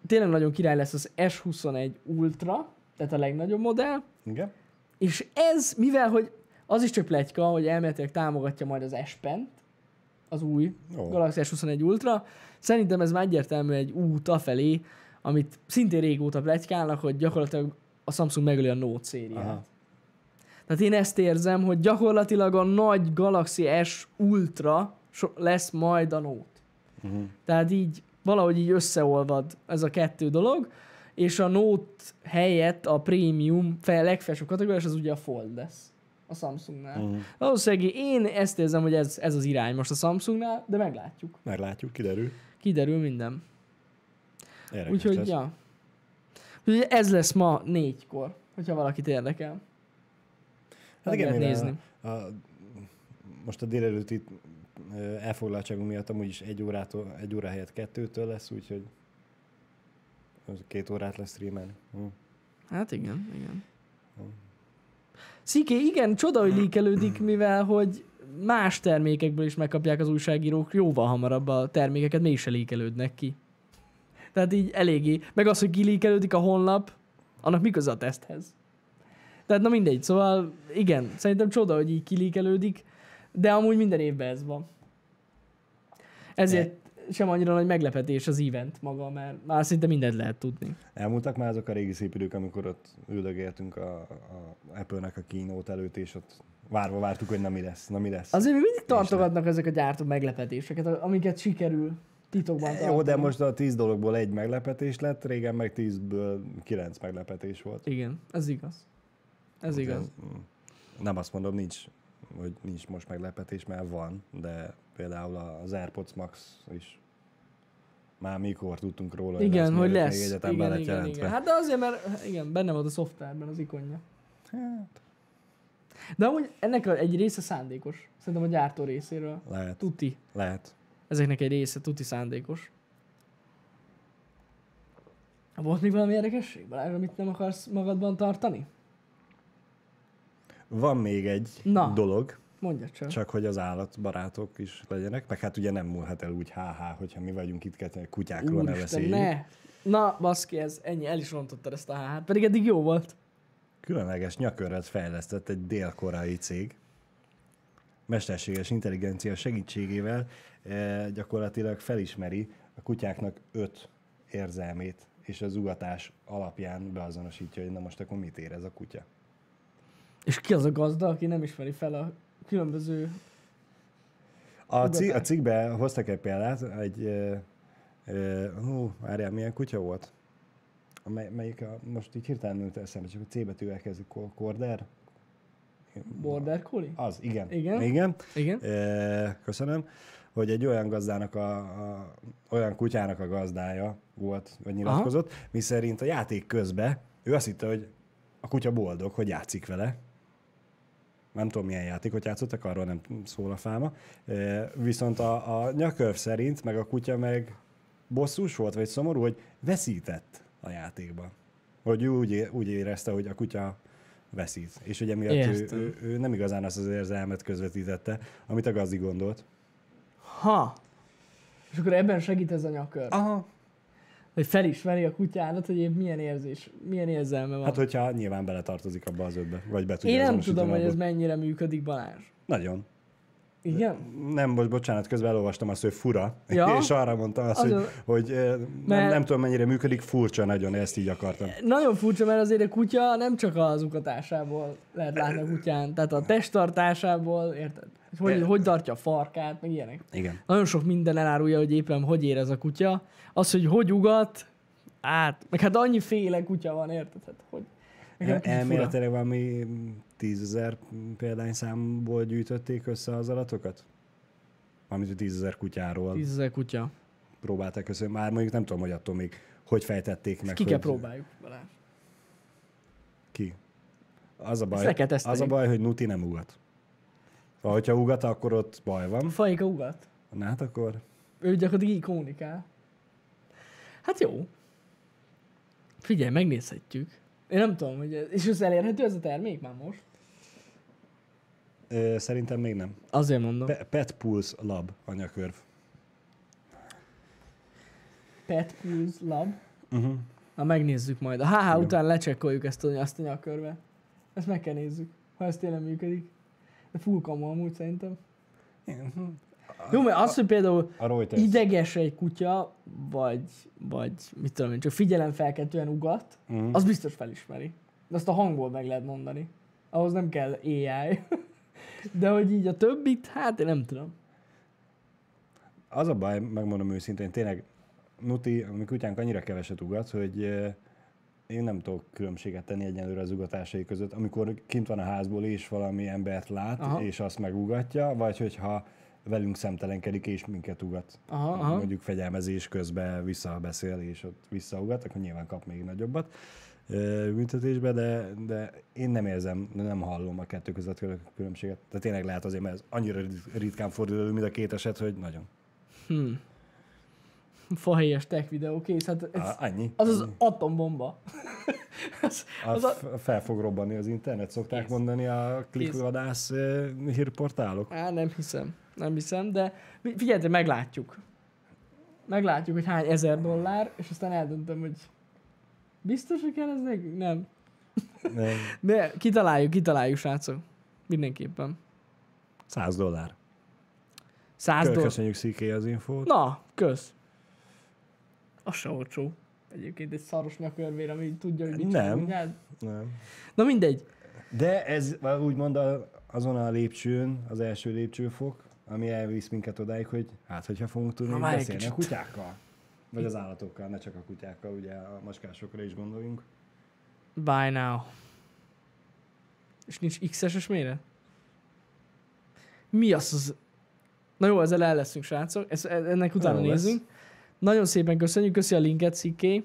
tényleg nagyon király lesz az es huszonegy Ultra, tehát a legnagyobb modell, Igen. és ez, mivel hogy az is csak pletyka, hogy elméletileg támogatja majd az S Pen-t, az új Ó. Galaxy es huszonegy Ultra, szerintem ez már egyértelmű egy út afelé, amit szintén régóta pletykálnak, hogy gyakorlatilag a Samsung megöli a Note szériát. Aha. Tehát én ezt érzem, hogy gyakorlatilag a nagy Galaxy S Ultra so- lesz majd a Note. Uh-huh. Tehát így valahogy így összeolvad ez a kettő dolog, és a Note helyett a prémium fel, legfelsőbb kategóriás az ugye a Fold lesz a Samsungnál. Uh-huh. Valószínűleg én ezt érzem, hogy ez, ez az irány most a Samsungnál, de meglátjuk. Meglátjuk, kiderül. Kiderül minden. Érdekes Úgyhogy, lesz. ja. Úgyhogy ez lesz ma négykor, hogyha valakit érdekel. Hát Meg igen, lehet mivel nézni. A, a, most a délelőtti ö, elfoglaltságunk miatt amúgy is egy órától, egy óra helyett kettőtől lesz, úgyhogy az két órát lesz streamelni. Hm. Hát igen, igen. Sziké, igen, csoda, hogy líkelődik, mivel hogy más termékekből is megkapják az újságírók jóval hamarabb a termékeket, mégse líkelődnek ki. Tehát így eléggé. Meg az, hogy kilíkelődik a honlap, annak mi köze a teszthez? Tehát na mindegy, szóval igen, szerintem csoda, hogy így kilíkelődik, de amúgy minden évben ez van. Ezért sem annyira nagy meglepetés az event maga, mert már szinte mindent lehet tudni. Elmúltak már azok a régi szép idők, amikor ott üldögéltünk a, a Apple-nek a keynote előtt, és ott várva vártuk, hogy na mi lesz, na mi lesz. Azért még mindig tartogatnak ezek a gyártók meglepetéseket, amiket sikerül titokban tartani. Jó, de most a tíz dologból egy meglepetés lett, régen meg tízből kilenc meglepetés volt. Igen, ez igaz. Ez igaz. Nem azt mondom, nincs, hogy nincs most meglepetés, mert van, de például az AirPods Max is már mikor tudtunk róla, hogy Igen, hogy mielőtt lesz. még egyetem be Igen, lett igen, jelentve. igen. Hát de azért, mert igen, benne volt a szoftverben az ikonja. Hát, De amúgy ennek a- egy része szándékos. Szerintem a gyártó részéről. lehet, Tuti. lehet. Ezeknek egy része tuti szándékos. Volt még valami érdekesség, Balázs, amit nem akarsz magadban tartani? Van még egy Na. dolog, Mondja csak. csak hogy az állatbarátok is legyenek, meg hát ugye nem múlhat el úgy há-há, hogyha mi vagyunk itt ketten, kutyákról ne Úristen, beszéljünk. ne! Na, baszki, ez ennyi, el is rontottad ezt a há-hát, pedig eddig jó volt. Különleges nyakörret fejlesztett egy dél-koreai cég. Mesterséges intelligencia segítségével eh, gyakorlatilag felismeri a kutyáknak öt érzelmét, és az ugatás alapján beazonosítja, hogy na most akkor mit érez a kutya. És ki az a gazda, aki nem ismeri fel a különböző... A, ci- a Ugatás. cikkben hoztak egy példát, egy... Eh, eh, hú, várjál, milyen kutya volt? Mely, melyik a, most így hirtelen nőtt eszembe, csak a C betűvel kezdik, Korder? Border Collie? Az, igen. Igen. Igen. Igen. E, köszönöm, hogy egy olyan gazdának a, a olyan kutyának a gazdája volt, vagy nyilatkozott, mi szerint a játék közben ő azt hitte, hogy a kutya boldog, hogy játszik vele. Nem tudom, milyen játékot játszottak, arról nem szól a fáma. E, viszont a, a nyakörv szerint, meg a kutya meg bosszús volt, vagy szomorú, hogy veszített a játékban. Hogy ő úgy, é- úgy érezte, hogy a kutya veszít. És ugye miatt ő, Értem. ő, ő nem igazán azt az érzelmet közvetítette, amit a gazdi gondolt. Ha! És akkor ebben segít ez a nyakör. Aha. Hogy felismeri a kutyádat, hogy épp milyen érzés, milyen érzelme van. Hát, hogyha nyilván beletartozik abba az ötbe, vagy be tudja Én nem azonosítani tudom, hogy ez abból. mennyire működik, Balázs. Nagyon. Igen? Nem, most bocsánat, közben elolvastam azt, hogy fura, Ja. és arra mondtam azt, Azon- hogy, hogy eh, nem, Mert- nem tudom mennyire működik, furcsa nagyon, ezt így akartam. Nagyon furcsa, mert azért a kutya nem csak az ugatásából lehet látni a kutyán, tehát a testtartásából, érted? Hogy, hogy, hogy tartja a farkát, meg ilyenek. Igen. Nagyon sok minden elárulja, hogy éppen hogy érez a kutya. Az, hogy hogy ugat, át, meg hát annyiféle kutya van, érted? Hát, hogy... nekem kicsit fura. Elméletileg valami tízezer példányszámból gyűjtötték össze az adatokat? Valamint tízezer kutyáról Tízezer kutya. próbálták össze. Már mondjuk nem tudom, hogy attól még hogy fejtették meg. Ki hogy kell próbáljuk, Balázs. Ki? Az a Ezt baj, le kell az teszteljük. a baj, hogy Nuti nem ugat. Ha hogyha ugat, akkor ott baj van. Faika ugat. Na hát akkor... Ő gyakorlatilag így kommunikál. Hát jó. Figyelj, megnézhetjük. Én nem tudom, hogy ez, és ez elérhető ez a termék már most? Ö, szerintem még nem. Azért mondom. Pe- Pet Pulse Lab anyakörv. Pet Pulse Lab. Uh-huh. Na megnézzük majd. A há há Igen. után lecsekkoljuk ezt a, azt a nyakkörbe. Ezt meg kell nézzük, ha ez tényleg működik. De full kamu amúgy szerintem. Jó, mert az, hogy például A Reuters. ideges egy kutya, vagy, vagy mit tudom én, csak figyelemfelkeltően ugat, Uh-huh. az biztos felismeri. De azt a hangból meg lehet mondani. Ahhoz nem kell á i. De hogy így a többit, hát én nem tudom. Az a baj, megmondom őszintén, tényleg Nuti, a mi kutyánk annyira keveset ugat, hogy eh, én nem tudok különbséget tenni egyenlőre az ugatásai között. Amikor kint van a házból és valami embert lát, Aha. és azt megugatja, vagy hogyha velünk szemtelenkedik és minket ugat. Aha, aha. Mondjuk fegyelmezés közben visszabeszél és ott visszaugat, akkor nyilván kap még nagyobbat eh, büntetésbe, de, de én nem érzem, nem hallom a kettő között különbséget. De tényleg lehet azért, mert ez annyira ritkán fordul elő, mind a két eset, hogy nagyon. Hmm. Fahéjas tech videó, kész. Hát ez, Á, annyi. az az annyi. atombomba. az, az A, a... f- fel fog robbanni az internet, szokták Kész. mondani a klikvadász eh, hírportálok. Á, nem hiszem. Nem hiszem, de fi- figyelj, meglátjuk. Meglátjuk, hogy hány ezer dollár, és aztán eldöntöm, hogy biztos, hogy kell ez nekünk? Nem. Nem. De kitaláljuk, kitaláljuk, srácok. Mindenképpen. száz dollár. száz dollár. Köszönjük Sziké az infót. Na, kösz. Az se olcsó. Egyébként egy szaros nyakörvér, ami tudja, hogy mit Nem. csinálunk. Hát, Nem. na mindegy. De ez úgymond a, azon a lépcsőn, az első lépcsőfok, ami elvisz minket odáig, hogy hát, hogyha fogunk tudni Na, már egy beszélni a kicsit. kutyákkal. Vagy az állatokkal, ne csak a kutyákkal, ugye a maskásokra is gondoljunk. Buy now. És nincs iksz-es méret? Mi az az... Na jó, ezzel el leszünk, srácok. Ezt, ennek utána Jó lesz. nézzünk. Nagyon szépen köszönjük, köszi a linket, Sziké.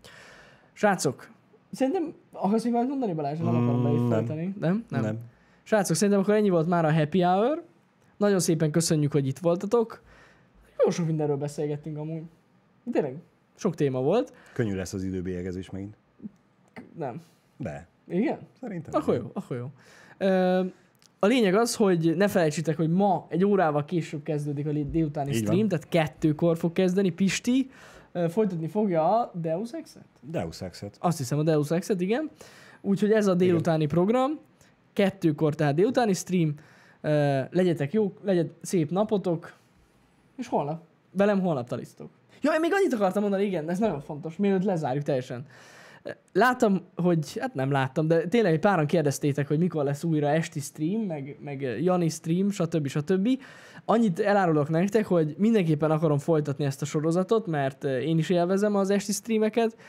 Srácok, szerintem akarsz még valamit mondani, Balázs? Nem Mm, akarom nem. beifejteni. Nem? Nem. nem. Srácok, szerintem akkor ennyi volt már a happy hour. Nagyon szépen köszönjük, hogy itt voltatok. Jó sok mindenről beszélgettünk amúgy. Tényleg, sok téma volt. Könnyű lesz az időbélyegezés megint. Nem. De. Igen? Szerintem. Akkor jó, akkor jó. Ö, a lényeg az, hogy ne felejtsétek, hogy ma egy órával később kezdődik a délutáni Így stream, van. tehát kettőkor fog kezdeni. Pisti ö, folytatni fogja a Deus Ex-et? Deus Ex-et. Azt hiszem a Deus Ex-et, igen. Úgyhogy ez a délutáni igen. program. Kettőkor, tehát délutáni stream. Ö, legyetek jók, legyen szép napotok. És holnap. Velem holnap talisztok. Ja, én még annyit akartam mondani, igen, ez nagyon fontos, mielőtt lezárjuk teljesen. Láttam, hogy, hát nem láttam, de tényleg egy páran kérdeztétek, hogy mikor lesz újra esti stream, meg, meg Jani stream, stb. stb. Annyit elárulok nektek, hogy mindenképpen akarom folytatni ezt a sorozatot, mert én is élvezem az esti streameket.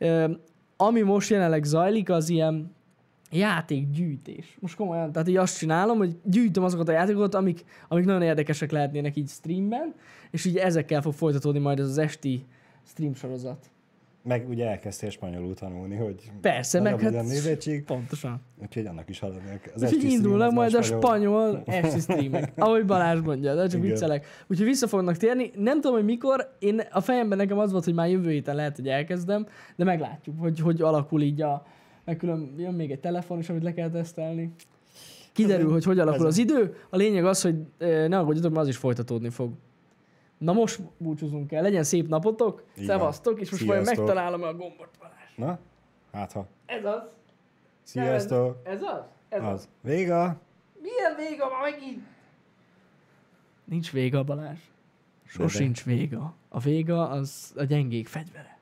Ami most jelenleg zajlik, az ilyen játékgyűjtés. Most komolyan, tehát így azt csinálom, hogy gyűjtöm azokat a játékokat, amik, amik nagyon érdekesek lehetnének így streamben, és így ezekkel fog folytatódni majd ez az esti stream sorozat. Meg ugye elkezdtél spanyolul tanulni, hogy Persze, meg nagyobb legyen hát nézettség, pontosan. úgyhogy annak is haladnak. Az Úgyhogy esti indulnak stream az majd a már spanyol esti streamek, ahogy Balázs mondja, de csak Igen. viccelek. Úgyhogy vissza fognak térni. Nem tudom, hogy mikor, én a fejemben nekem az volt, hogy már jövő héten lehet, hogy elkezdem, de meglátjuk, hogy hogy alakul így a... Meg külön jön még egy telefon is, amit le kell tesztelni. Kiderül, Ez- hogy hogy alakul ez- az idő. A lényeg az, hogy eh, ne aggódjatok, mert az is folytatódni fog. Na most búcsúzunk el. Legyen szép napotok, Így van. szevasztok, és most majd Sziasztok. megtalálom a gombot, Balázs. Na, hát ha. Ez az. Sziasztok! Ez az? Ez az. Az. Véga! Milyen véga már megint? Nincs véga, Balázs. De, de. Sosincs véga. A véga az a gyengék fegyvere.